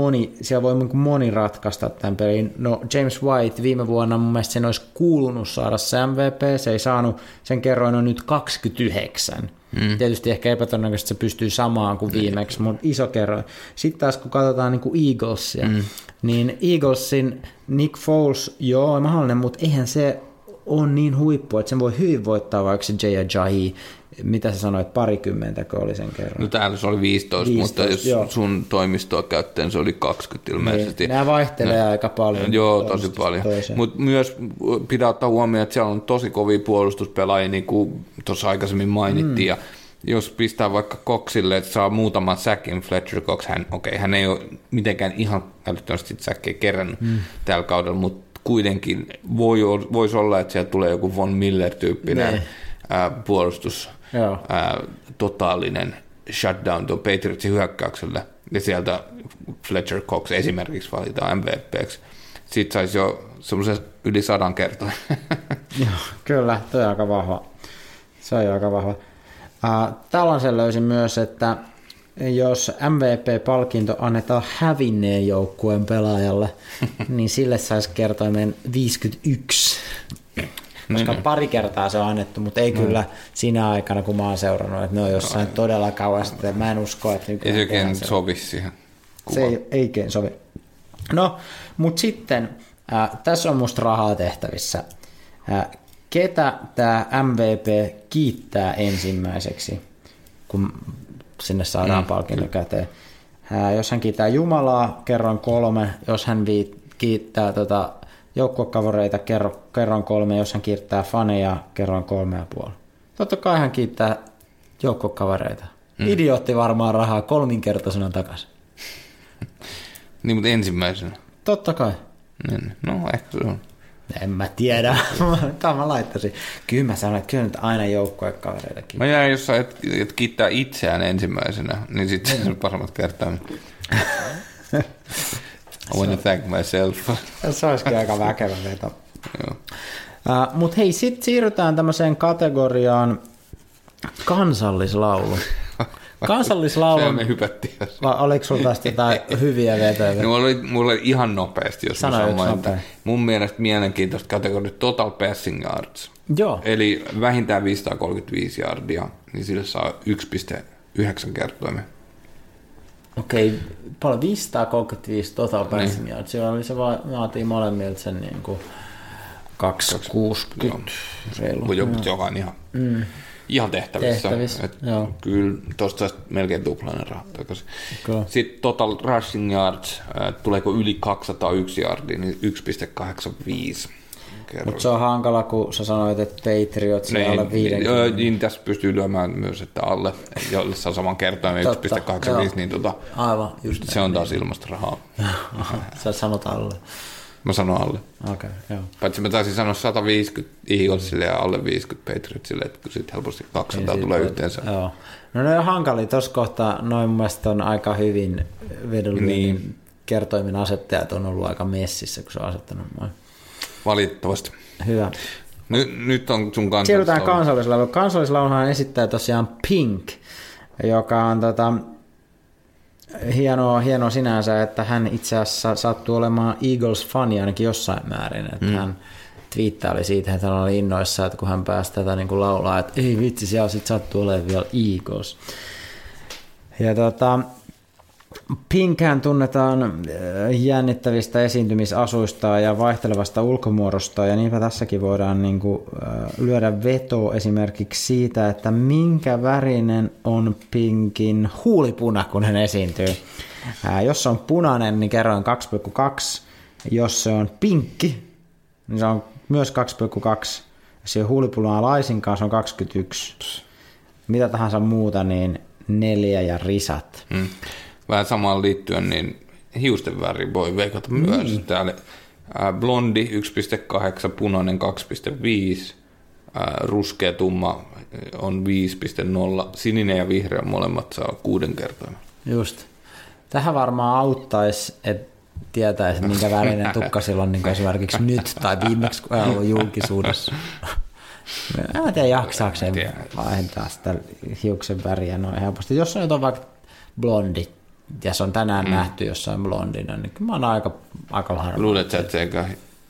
moni ratkaista tämän pelin. No James White viime vuonna mun mielestä sen olisi kuulunut saada se MVP, se ei saanut, sen kerroin on nyt 29. Tietysti ehkä epätodennäköisesti se pystyy samaan kuin viimeksi, mutta iso kerroin. Sitten taas kun katsotaan niin kuin Eaglesia, niin Eaglesin Nick Foles, joo, mahdollinen, mutta eihän se ole niin huippu, että sen voi hyvin voittaa vaikka se Jay Ajayi, mitä sä sanoit, 20 oli sen kerran. No täällä se oli 15 mutta jos sun toimistoa käyttäen se oli 20 ilmeisesti. Niin, nämä vaihtelee aika paljon. Joo, tosi paljon. Mutta myös pitää ottaa huomioon, että siellä on tosi kovia puolustuspelaajia, niin kuin tuossa aikaisemmin mainittiin, ja jos pistää vaikka Coxille, että saa muutaman säkin, Fletcher Cox, hän ei ole mitenkään ihan älyttömästi säkkejä kerännyt tällä kaudella, mutta kuitenkin voisi olla, että sieltä tulee joku Von Miller-tyyppinen puolustus, totaalinen shutdown tuon Patriotsin hyökkäykselle, ja sieltä Fletcher Cox esimerkiksi valitaan MVP:ksi. Sitten saisi jo semmoisen yli 100 kertaa. Joo, kyllä, toi on aika vahva. Se on aika vahva. Tällaisen löysin myös, että jos MVP-palkinto annetaan hävinneen joukkueen pelaajalle, niin sille saisi kertoimen 51. Koska pari kertaa se on annettu, mutta ei kyllä siinä aikana, kun mä oon seurannut, että ne on jossain todella kauas, että mä en usko, että nykyään... Ei se oikein sovi siihen kuvaan. Se ei oikein sovi. No, mutta sitten tässä on musta rahaa tehtävissä. Ketä tämä MVP kiittää ensimmäiseksi, kun sinne saadaan palkinto käteen? Jos hän kiittää Jumalaa, kerron 3. Jos hän kiittää joukkuekavereita, kerron 3. Jos hän kiittää faneja, kerron 3,5. Totta kai hän kiittää joukkuekavereita. Idiootti varmaan rahaa 3-kertaisena takaisin. Niin, mutta ensimmäisenä. Totta kai. No, ehkä se on. En mä tiedä. Mä laittaisin. Kyllä mä sanoin, että kyllä nyt aina joukkuekavereita kiittää. Mä jäin, jos sä et kiittää itseään ensimmäisenä, niin sitten se on paremmat kertaa. I want to thank myself. Se olisikin aika väkevä veto. Mutta hei, sitten siirrytään tämmöiseen kategoriaan kansallislaulu. Kansallislaulun... me hypättiin. Oliko sulla tästä jotain hyviä vetoja? No, mulla oli ihan nopeasti, jos sano yksi nopea. Mun mielestä mielenkiintoista kategoria Total Passing Yards. Joo. Eli vähintään 535 yardia, niin sillä saa 1,9 kertoimen. Okei, paljon 535 Total Passing Yards. Se vaatii molemmilta sen niin kuin 260 reilu. Joka on ihan tehtävissä. Kyllä tuosta melkein tuplainen raha takaisin. Sitten Total Rushing Yards, tuleeko yli 201 yardia, niin 1,85. Mutta se on hankala, kun sä sanoit, että Patriots ei alle 50. Niin tässä pystyy lyömään myös, että alle, jos saa saman kertoimen 1,85, niin aivan, just se on taas ilmasta rahaa. Sä sanot alle. Mä sanon alle. Okay, joo. Paitsi mä taisin sanoa 150 Eaglesille ja alle 50 Patriotsille, että sitten helposti 200 niin tulee yhteensä. Joo. No ne on hankalia. Tuossa kohtaa noin mun mielestä on aika hyvin vedonlyönnin kertoimen asettajat on ollut aika messissä, kun se on asettanut noin. Valitettavasti. Hyvä. Nyt on sun kansallislaulu. Siirrytään kansallislaulu. Kansallislauluhan esittää tosiaan Pink, joka on hienoa sinänsä, että hän itse asiassa sattuu olemaan Eagles-fani ainakin jossain määrin. Että hän twiittaili siitä, että hän oli innoissaan, että kun hän pääsi tätä niin kuin laulaa, että ei vitsi, siellä sitten sattuu olemaan vielä Eagles. Ja Pinkhän tunnetaan jännittävistä esiintymisasuista ja vaihtelevasta ulkomuodosta, ja niinpä tässäkin voidaan niin kuin lyödä vetoa esimerkiksi siitä, että minkä värinen on Pinkin huulipuna, kun hän esiintyy. Jos se on punainen, niin kerroin 2,2. Jos se on pinkki, niin se on myös 2,2. Jos se on huulipunaa laisinkaan, se on 21. Mitä tahansa muuta, niin 4 ja risat. Vähän samaan liittyen, niin hiusten väri voi veikata myös. Täällä blondi 1,8, punainen 2,5, ruskea tumma on 5,0, sininen ja vihreä molemmat saa 6 kertoimen. Just. Tähän varmaan auttaisi, että tietäisi, minkä värinen tukka silloin niin esimerkiksi nyt tai viimeksi, kun on ollut julkisuudessa. Mä en tiedä, jaksaako se vaihtaa sitä hiuksen väriä noin helposti. Jos se nyt on vaikka blondi, ja se on tänään nähty jossain blondina, niin mä oon aika harvoin. Luulet sä, että se käy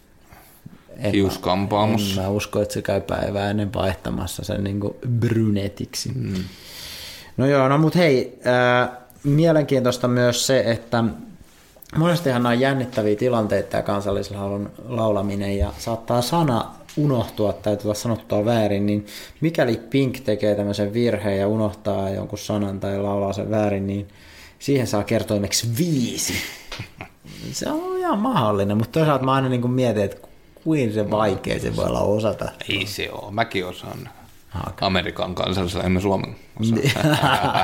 hiuskampaamassa? Mä uskon, että se käy päivää ennen vaihtamassa sen niin kuin brunetiksi. No joo, no mut hei, mielenkiintoista myös se, että monestihan nämä on jännittäviä tilanteita tämä kansallislaulun laulaminen, ja saattaa sana unohtua tai tulla sanottua väärin, niin mikäli Pink tekee tämmöisen virheen ja unohtaa jonkun sanan tai laulaa sen väärin, niin siihen saa kertoimeksi 5. Se on ihan mahdollinen, mutta toisaalta mä aina niin mietin, että kuin se vaikea se voi olla osata. Ei se ole, mäkin osaan Amerikan kansallisella, en mä Suomen osaa.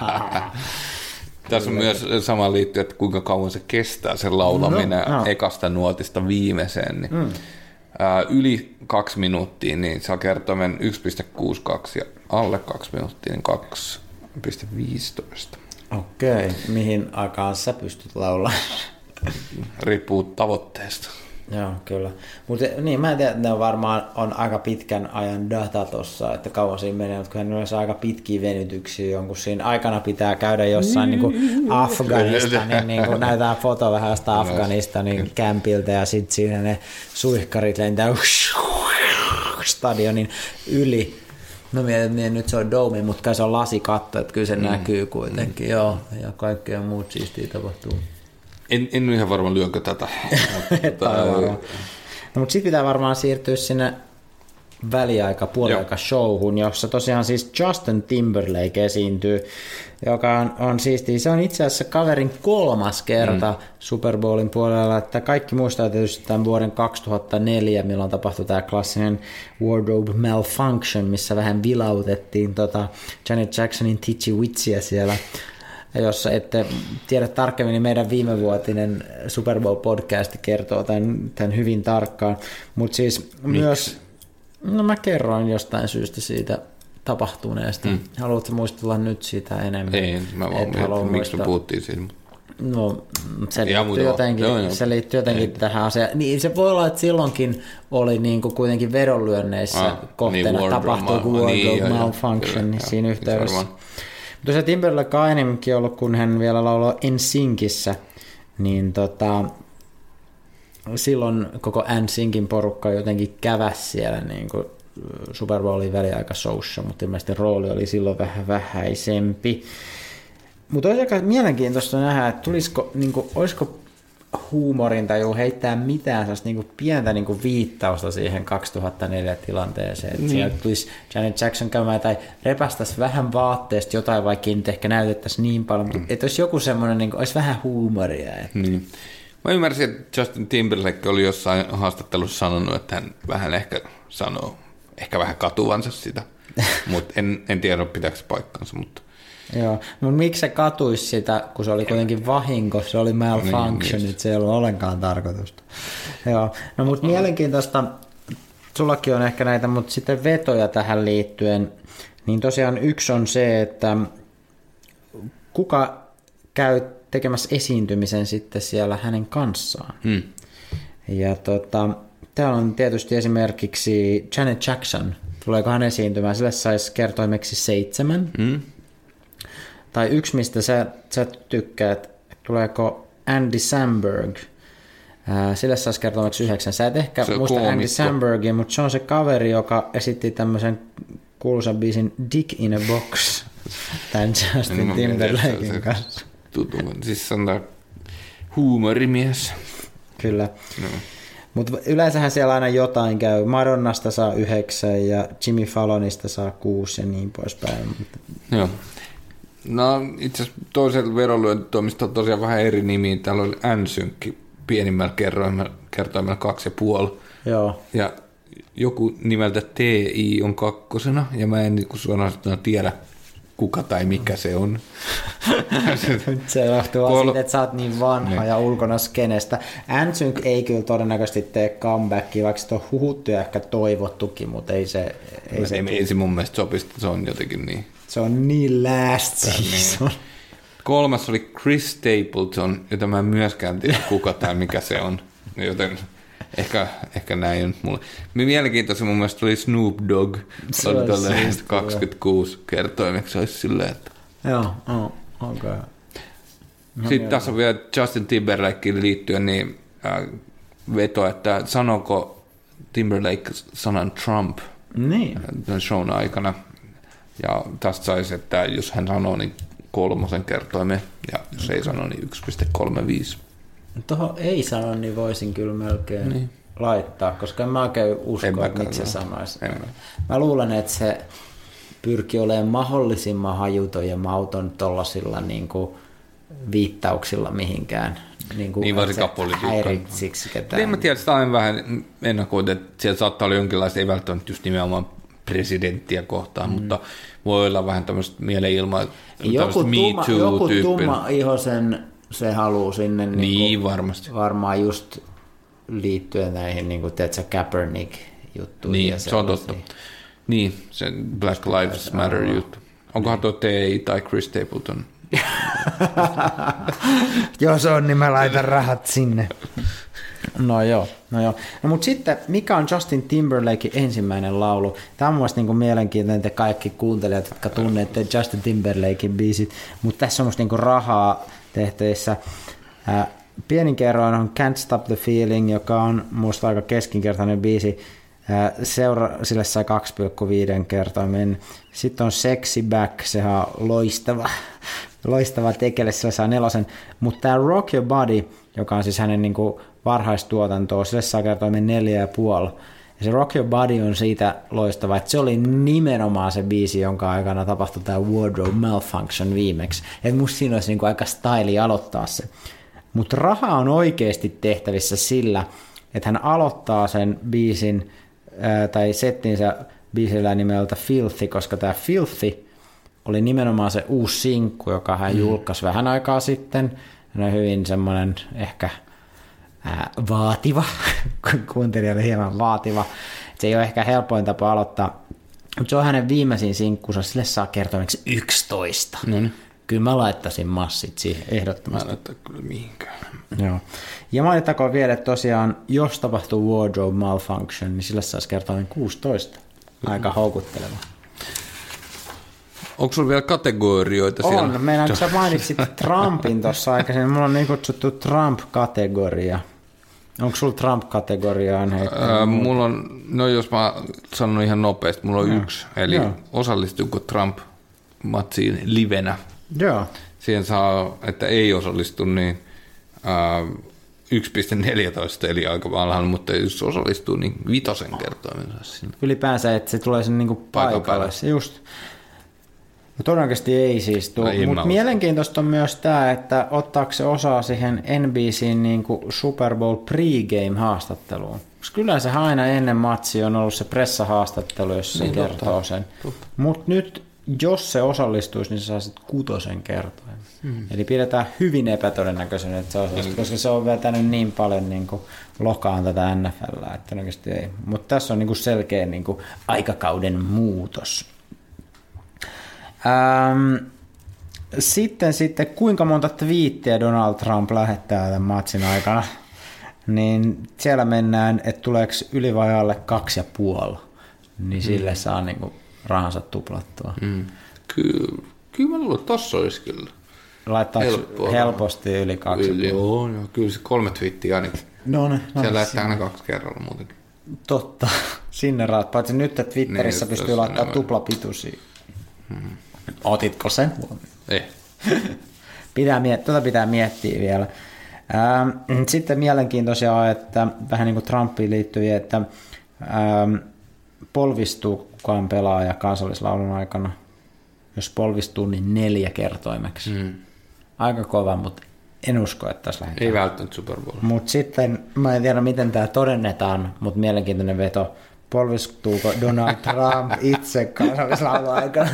Tässä on myös sama liittyen, että kuinka kauan se kestää sen laulaminen ekasta nuotista viimeiseen. Niin yli 2 minuuttia, niin saa kertoimen 1,62 ja alle 2 minuuttia, niin 2,15. Okei, mihin aikaan sä pystyt laulamaan? Riippuu tavoitteesta. Joo, kyllä. Mutta niin, mä en tiedä, että ne varmaan on aika pitkän ajan data tossa, että kauan siinä menee, mutta kyllähän ne olisi aika pitkiä venytyksiä jonkun siinä aikana pitää käydä jossain niin kuin Afganistanin, niin kuin näytetään foto vähän sitä Afganistanin kämpiltä ja sitten siinä ne suihkarit lentää stadionin yli. Mä mietin, että nyt se on domi, mutta kai se on lasikatto, että kyllä se näkyy kuitenkin, joo, ja kaikkea muut siistiä tapahtuu. En ole ihan varma lyönkö tätä. Mutta sitten pitää varmaan siirtyä sinne puoliaika showhun, jossa tosiaan siis Justin Timberlake esiintyy, joka on siistiä. Se on itse asiassa kaverin 3. kerta Super Bowlin puolella, että kaikki muistaa tietysti tämän vuoden 2004, milloin tapahtui tämä klassinen wardrobe malfunction, missä vähän vilautettiin Janet Jacksonin Titchy Witchiä siellä. Ja jos ette tiedä tarkemmin, niin meidän viimevuotinen Super Bowl-podcasti kertoo tämän hyvin tarkkaan. Mutta siis myös, no mä kerroin jostain syystä siitä tapahtuneesta. Haluatko muistella nyt siitä enemmän? Ei, mä vaan miksi me puhuttiin siitä. No, se liittyy jotenkin tähän asiaan. Niin se voi olla, että silloinkin oli niinku kuitenkin vedonlyönneissä kohteena tapahtui wardrobe malfunction siinä yhteydessä. Tosiaan Timberlake on aiemminkin ollut, kun hän vielä lauloi NSYNCissä, niin silloin koko NSYNCin porukka jotenkin käväsi siellä niin kuin Super Bowlin väliaikashowssa, mutta ilmeisesti rooli oli silloin vähän vähäisempi. Mutta olisi aika mielenkiintoista nähdä, että olisiko huumorintaju heittää mitään niinku pientä niinku viittausta siihen 2004 tilanteeseen. Että sieltä tulisi Janet Jackson käymään tai repästäisi vähän vaatteesta jotain, vaikka nyt ehkä näytettäisiin niin paljon, mutta että olisi joku semmoinen, niinku, olisi vähän huumoria. Että. Niin. Mä ymmärsin, että Justin Timberlake oli jossain haastattelussa sanonut, että hän vähän ehkä sanoo, ehkä vähän katuvansa sitä, mutta en tiedä pitääkö se paikkansa, mutta joo, mutta miksi se katuisi sitä, kun se oli kuitenkin vahinko, se oli malfunction, niin, se ei ollut ollenkaan tarkoitusta. Joo, no mutta mielenkiintoista, sullakin on ehkä näitä, mutta sitten vetoja tähän liittyen, niin tosiaan yksi on se, että kuka käy tekemässä esiintymisen sitten siellä hänen kanssaan. Ja täällä on tietysti esimerkiksi Janet Jackson, tuleeko hän esiintymään, sille saisi kertoimeksi 7. Tai yksi, mistä sä tykkäät, tuleeko Andy Samberg, sille saisi kertoimeksi 9. Sä et ehkä muista Andy Sambergia, mutta se on se kaveri, joka esitti tämmöisen kuuluisan biisin Dick in a Box tämän Justin Timberlaken kanssa. Siis sanotaan huumorimies. Kyllä. No. Mutta yleensähän siellä aina jotain käy. Madonnasta saa 9 ja Jimmy Fallonista saa 6 ja niin poispäin. Joo. No itse asiassa toisella vedonlyöntitoimistolla tosiaan vähän eri nimiin. Täällä oli NSYNC pienimmällä kertoimella 2,5. Joo. Ja joku nimeltä TI on 2. ja mä en suoraan tiedä kuka tai mikä se on. Se johtuu siitä, että sä oot niin vanha ja ulkona skenestä. NSYNC ei kyllä todennäköisesti tee comebackia, vaikka sitä on huhuttu ja ehkä toivottukin, mutta ei se... Ei se mun mielestä sopisi, se on jotenkin niin... Se on niin last season. 3. oli Chris Stapleton, jota mä en myöskään tiedä kuka tai mikä se on, joten... Ehkä näin on mulle. Mielenkiintoisen mun mielestä oli Snoop Dogg. Se oli tolleen 26 kertoimeksi olisi silleen, että... Joo, okei. Sitten tässä on vielä Justin Timberlakein liittyen niin veto, että sanoko Timberlake sanan Trump tämän shown aikana. Ja tästä saisi, että jos hän sanoo, niin 3 kertoimen, ja jos ei sano, niin 1,35. Tuohon ei sano, niin voisin kyllä melkein laittaa, koska en mä oikein usko, että miksi se sanoisi. Mä luulen, että se pyrkii olemaan mahdollisimman hajuton ja mauton tollasilla niin kuin viittauksilla mihinkään. Niin varsinkaan häiritsiksi ketään. En mä tiedä, sitä aina vähän ennakoita, että siellä saattaa olla jonkinlaista, ei välttämättä just nimenomaan presidenttiä kohtaan, mutta voi olla vähän tämmöistä mielenilmaa, joku tumma ihosen se haluaa sinne niin varmasti. Varmaan just liittyen näihin niin kuin teetkö Kaepernick-juttuihin. Niin, se on totta. Niin, se Black Lives Matter juttu. Onkohan tuo TI tai Chris Stapleton? Jos on, niin mä laitan rahat sinne. No joo. No mutta sitten, mikä on Justin Timberlakein ensimmäinen laulu? Tämä on mielestäni niin mielenkiintoinen, te kaikki kuuntelijat, jotka tunnette Justin Timberlakein biisit, mutta tässä on musta niin rahaa tehteissä. Pienin kerroin on Can't Stop the Feeling, joka on musta aika keskinkertainen biisi. Sille sai 2,5 kertoimen. Sitten on Sexy Back, sehän on loistava tekele, sille saa 4. Mutta tämä Rock Your Body, joka on siis hänen niinku varhaistuotantoa, sille saa kertoimen 4,5. Ja se Rock Your Body on siitä loistava, että se oli nimenomaan se biisi, jonka aikana tapahtui tämä wardrobe malfunction viimeksi. Että musta siinä olisi niinku aika styli aloittaa se. Mutta raha on oikeasti tehtävissä sillä, että hän aloittaa sen biisin tai settinsä biisillä nimeltä Filthy, koska tämä Filthy oli nimenomaan se uusi sinkku, joka hän julkaisi vähän aikaa sitten. Hän on hyvin semmoinen ehkä vaativa, kuuntelijalle hieman vaativa. Se ei ole ehkä helpoin tapa aloittaa, mutta se on hänen viimeisin sinkkunsa, sille saa kertoimeksi 11. Kyllä mä laittaisin massit siihen ehdottomasti. Mä laittaisin kyllä mihinkään. Joo. Ja mainittakoon vielä, että tosiaan, jos tapahtuu wardrobe malfunction, niin sillä saisi kertoa 16. Aika houkutteleva. Onko sulla vielä kategorioita siellä? On. Meidän, sä mainitsit Trumpin tuossa aikaisemmin. Mulla on niin kutsuttu Trump-kategoria. Onko sulla Trump-kategoriaa? Mulla on, no jos mä sanon ihan nopeasti, mulla on yksi. Eli osallistuuko Trump matsiin livenä? Joo. Siihen saa, että ei osallistu, niin 1,14 eli aika alhaalla, mutta jos osallistuu, niin 5 kertoimen sinne. Ylipäänsä, että se tulee sen niinku paikalle. Just. No todennäköisesti ei siis tule, mutta mielenkiintoista on myös tämä, että ottaako se osaa siihen NBCn niinku Super Bowl pregame-haastatteluun. Koska kyllä se aina ennen matsia on ollut se pressahaastattelu, jos se kertoo sen. Mutta nyt, jos se osallistuisi, niin se saa sitten 6 kertoimen. Eli pidetään hyvin epätodennäköisenä, että se osallistuu, koska se on vetänyt niin paljon niinku lokaan tätä NFLää, että todennäköisesti ei. Mutta tässä on niinku selkeä niinku aikakauden muutos. Sitten kuinka monta twiittiä Donald Trump lähettää tämän matsin aikana, niin siellä mennään, että tuleeko yli vai alle 2,5, niin sille saa niinku rahansa tuplattua. Kyllä mä luulen, että tossa olisi kyllä. Laittaako helposti yli 2,5? Joo, kyllä se 3 twiittiä ainakin. No, siellä lähettää aina 2 kerralla muutenkin. Totta, sinne raat. Paitsi nyt, että Twitterissä niin, pystyy laittamaan tuplapituisia. Otitko sen huomioon? Ei. Pitää miettiä vielä. Sitten mielenkiintoisia on, että vähän niin kuin Trumpiin liittyy, että polvistuukaan pelaaja kansallislaulun aikana. Jos polvistuu, niin 4 kertoimeksi. Aika kova, mutta en usko, että tässä lähdetään. Ei välttämättä Super Bowl. Mutta sitten, mä en tiedä miten tämä todennetaan, mutta mielenkiintoinen veto. Polvistuuko Donald Trump itse kansallislaulun aikana?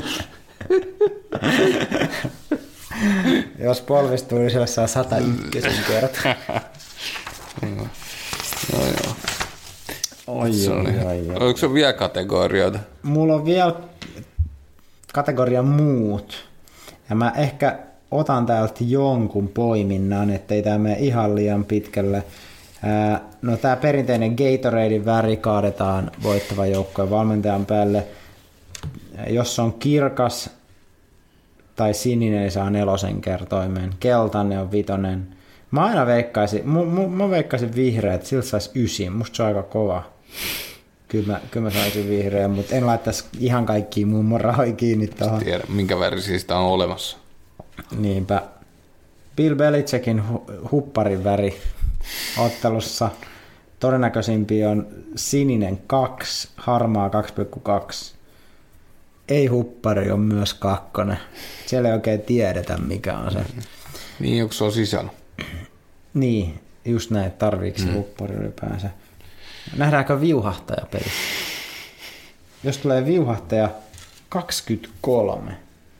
Jos polvistuu, niin sille saa 101 kertaa. No joo. Oi. Onko se vielä kategorioita? Mulla on vielä kategoria muut. Ja mä ehkä otan täältä jonkun poiminnan, ettei tämä mene ihan liian pitkälle. No tämä perinteinen Gatoradein väri kaadetaan voittavan joukkojen valmentajan päälle. Jos on kirkas tai sininen, niin saa 4 kertoimen. Keltainen on 5. Mä aina veikkaisin vihreä, että sillä saisi 9. Musta se on aika kova. Kyllä mä saisin vihreä, mutta en laittaisi ihan kaikkia mummon rahoja kiinni tuohon. Tiedä, minkä värisiä sitä on olemassa. Niinpä. Bill Belichickin hupparin väri ottelussa todennäköisimpi on sininen 2, harmaa 2,2. Ei huppari on myös 2. Siellä ei oikein tiedetä mikä on se. Niin, onko se on sisällä? Niin, just näin, tarviiko se huppari ylipäänsä. Nähdäänkö viuhahtaja pelissä? Jos tulee viuhahtaja 23.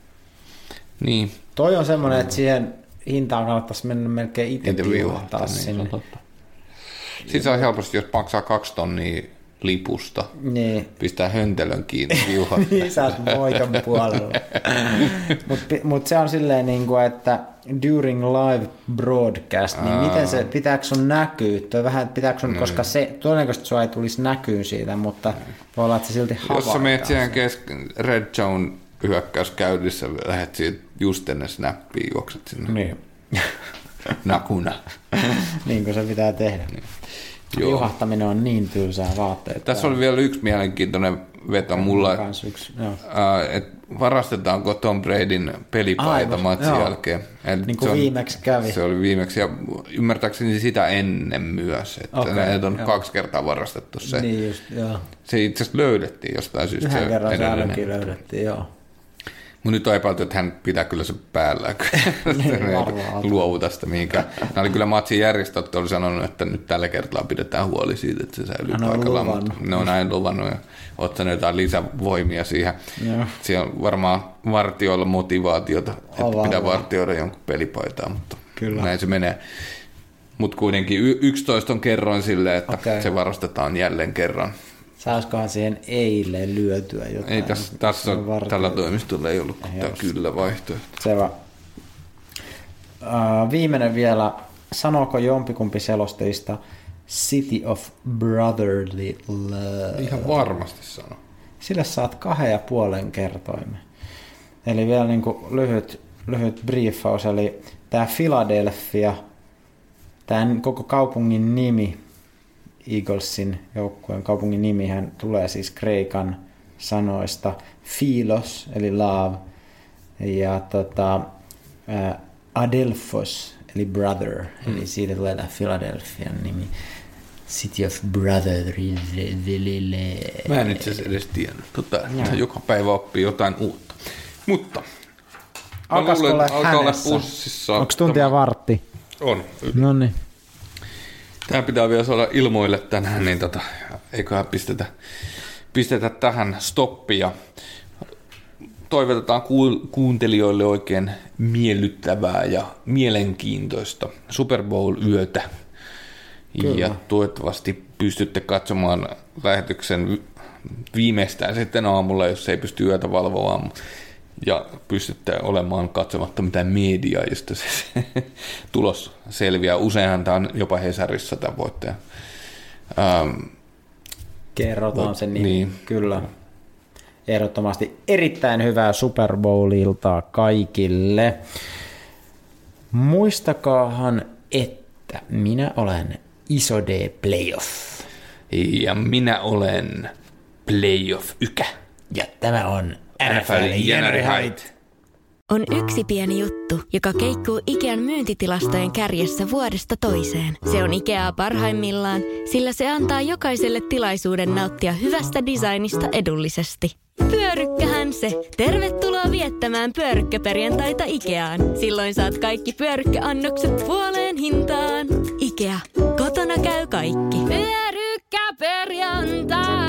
Niin. Toi on semmoinen, että siihen hintaan kannattaisi mennä melkein itse viuhahtaa sinne. Niin, sitten se on helposti, jos maksaa 2 tonnia lipusta, niin pistää höntelön kiinni viuhahtaa. Niin, sä oot voiton puolella. Mutta se on silleen, että during live broadcast, niin miten se, pitääkö sun näkyy? Pitääkö sun, koska se, todennäköisesti sua ei tulisi näkyy siitä, mutta voi olla, että se silti havaitaan. Jos sä menet siihen Red Zone hyökkäys käynnissä, lähdet siitä just ennen snappia, juokset sinne. Niin. Nakuna. Niin kuin se pitää tehdä. Niin. Juhahtaminen on niin tylsää vaatteita. Tässä oli vielä yksi mielenkiintoinen veto mulla, että varastetaanko Tom Bradyn pelipaita matsin jälkeen. Niin kuin viimeksi kävi. Se oli viimeksi, ja ymmärtääkseni sitä ennen myös, että näitä on 2 kertaa varastettu se. Niin just, joo. Se itse asiassa löydettiin jostain syystä. Yhden kerran se ainakin löydettiin, joo. Mutta nyt on epäilty, että hän pitää kyllä se päällä, kun luovuta sitä mihinkään. Nämä oli kyllä matsin järjestöt, oli sanonut, että nyt tällä kertaa pidetään huoli siitä, että se säilyy paikallaan. Mutta ne on näin luvannut ja ottanut jotain lisävoimia siihen. Joo. Siellä on varmaan vartijoilla motivaatiota, että pitää vartioida jonkun pelipaitaa, mutta kyllä. Näin se menee. Mutta kuitenkin 11 on kerroin silleen, että se varastetaan jälleen kerran. Saisikohan siihen eilen lyötyä jotain? Ei tässä tällä toimistolla ei ollut kyllä vaihtoehto. Selvä. Viimeinen vielä. Sanooko jompikumpi selostajista City of Brotherly Love? Ihan varmasti sano. Sillä saat 2,5 kertoimen. Eli vielä niin kuin lyhyt briefaus, eli tämä Philadelphia, tämä koko kaupungin nimi, Eaglesin joukkueen kaupungin nimihän tulee siis kreikan sanoista philos, eli love, ja Adelphos, eli brother, eli siitä tulee tämä Philadelphian nimi. City of Brotherhood. Mä en itse asiassa edes tiennyt. Joka päivä oppii jotain uutta. Mutta alkaa olla pussissa. Onko tuntia vartti? On. No niin. Tämä pitää vielä saada ilmoille tänään, niin eiköhän pistetä tähän stoppia. Toivotetaan kuuntelijoille oikein miellyttävää ja mielenkiintoista Super Bowl-yötä. Kyllä. Ja toivottavasti pystytte katsomaan lähetyksen viimeistään sitten aamulla, jos ei pysty yötä valvomaan. Ja pystytte olemaan katsomatta mitään mediaa, josta se tulos selviää. Useinhan tämä on jopa Hesarissa tämä voittaja. Kerrotaan sen niin. Kyllä. Ehdottomasti erittäin hyvää Super Bowl-iltaa kaikille. Muistakaahan, että minä olen Iso D Playoff. Ja minä olen Playoff Ykä. Ja tämä on NFL Jänärihait. On yksi pieni juttu, joka keikkuu Ikean myyntitilastojen kärjessä vuodesta toiseen. Se on Ikeaa parhaimmillaan, sillä se antaa jokaiselle tilaisuuden nauttia hyvästä designista edullisesti. Pyörykkähän se! Tervetuloa viettämään pyörykkäperjantaita Ikeaan. Silloin saat kaikki pyörykkäannokset puoleen hintaan. Ikea. Kotona käy kaikki. Pyörykkäperjantai!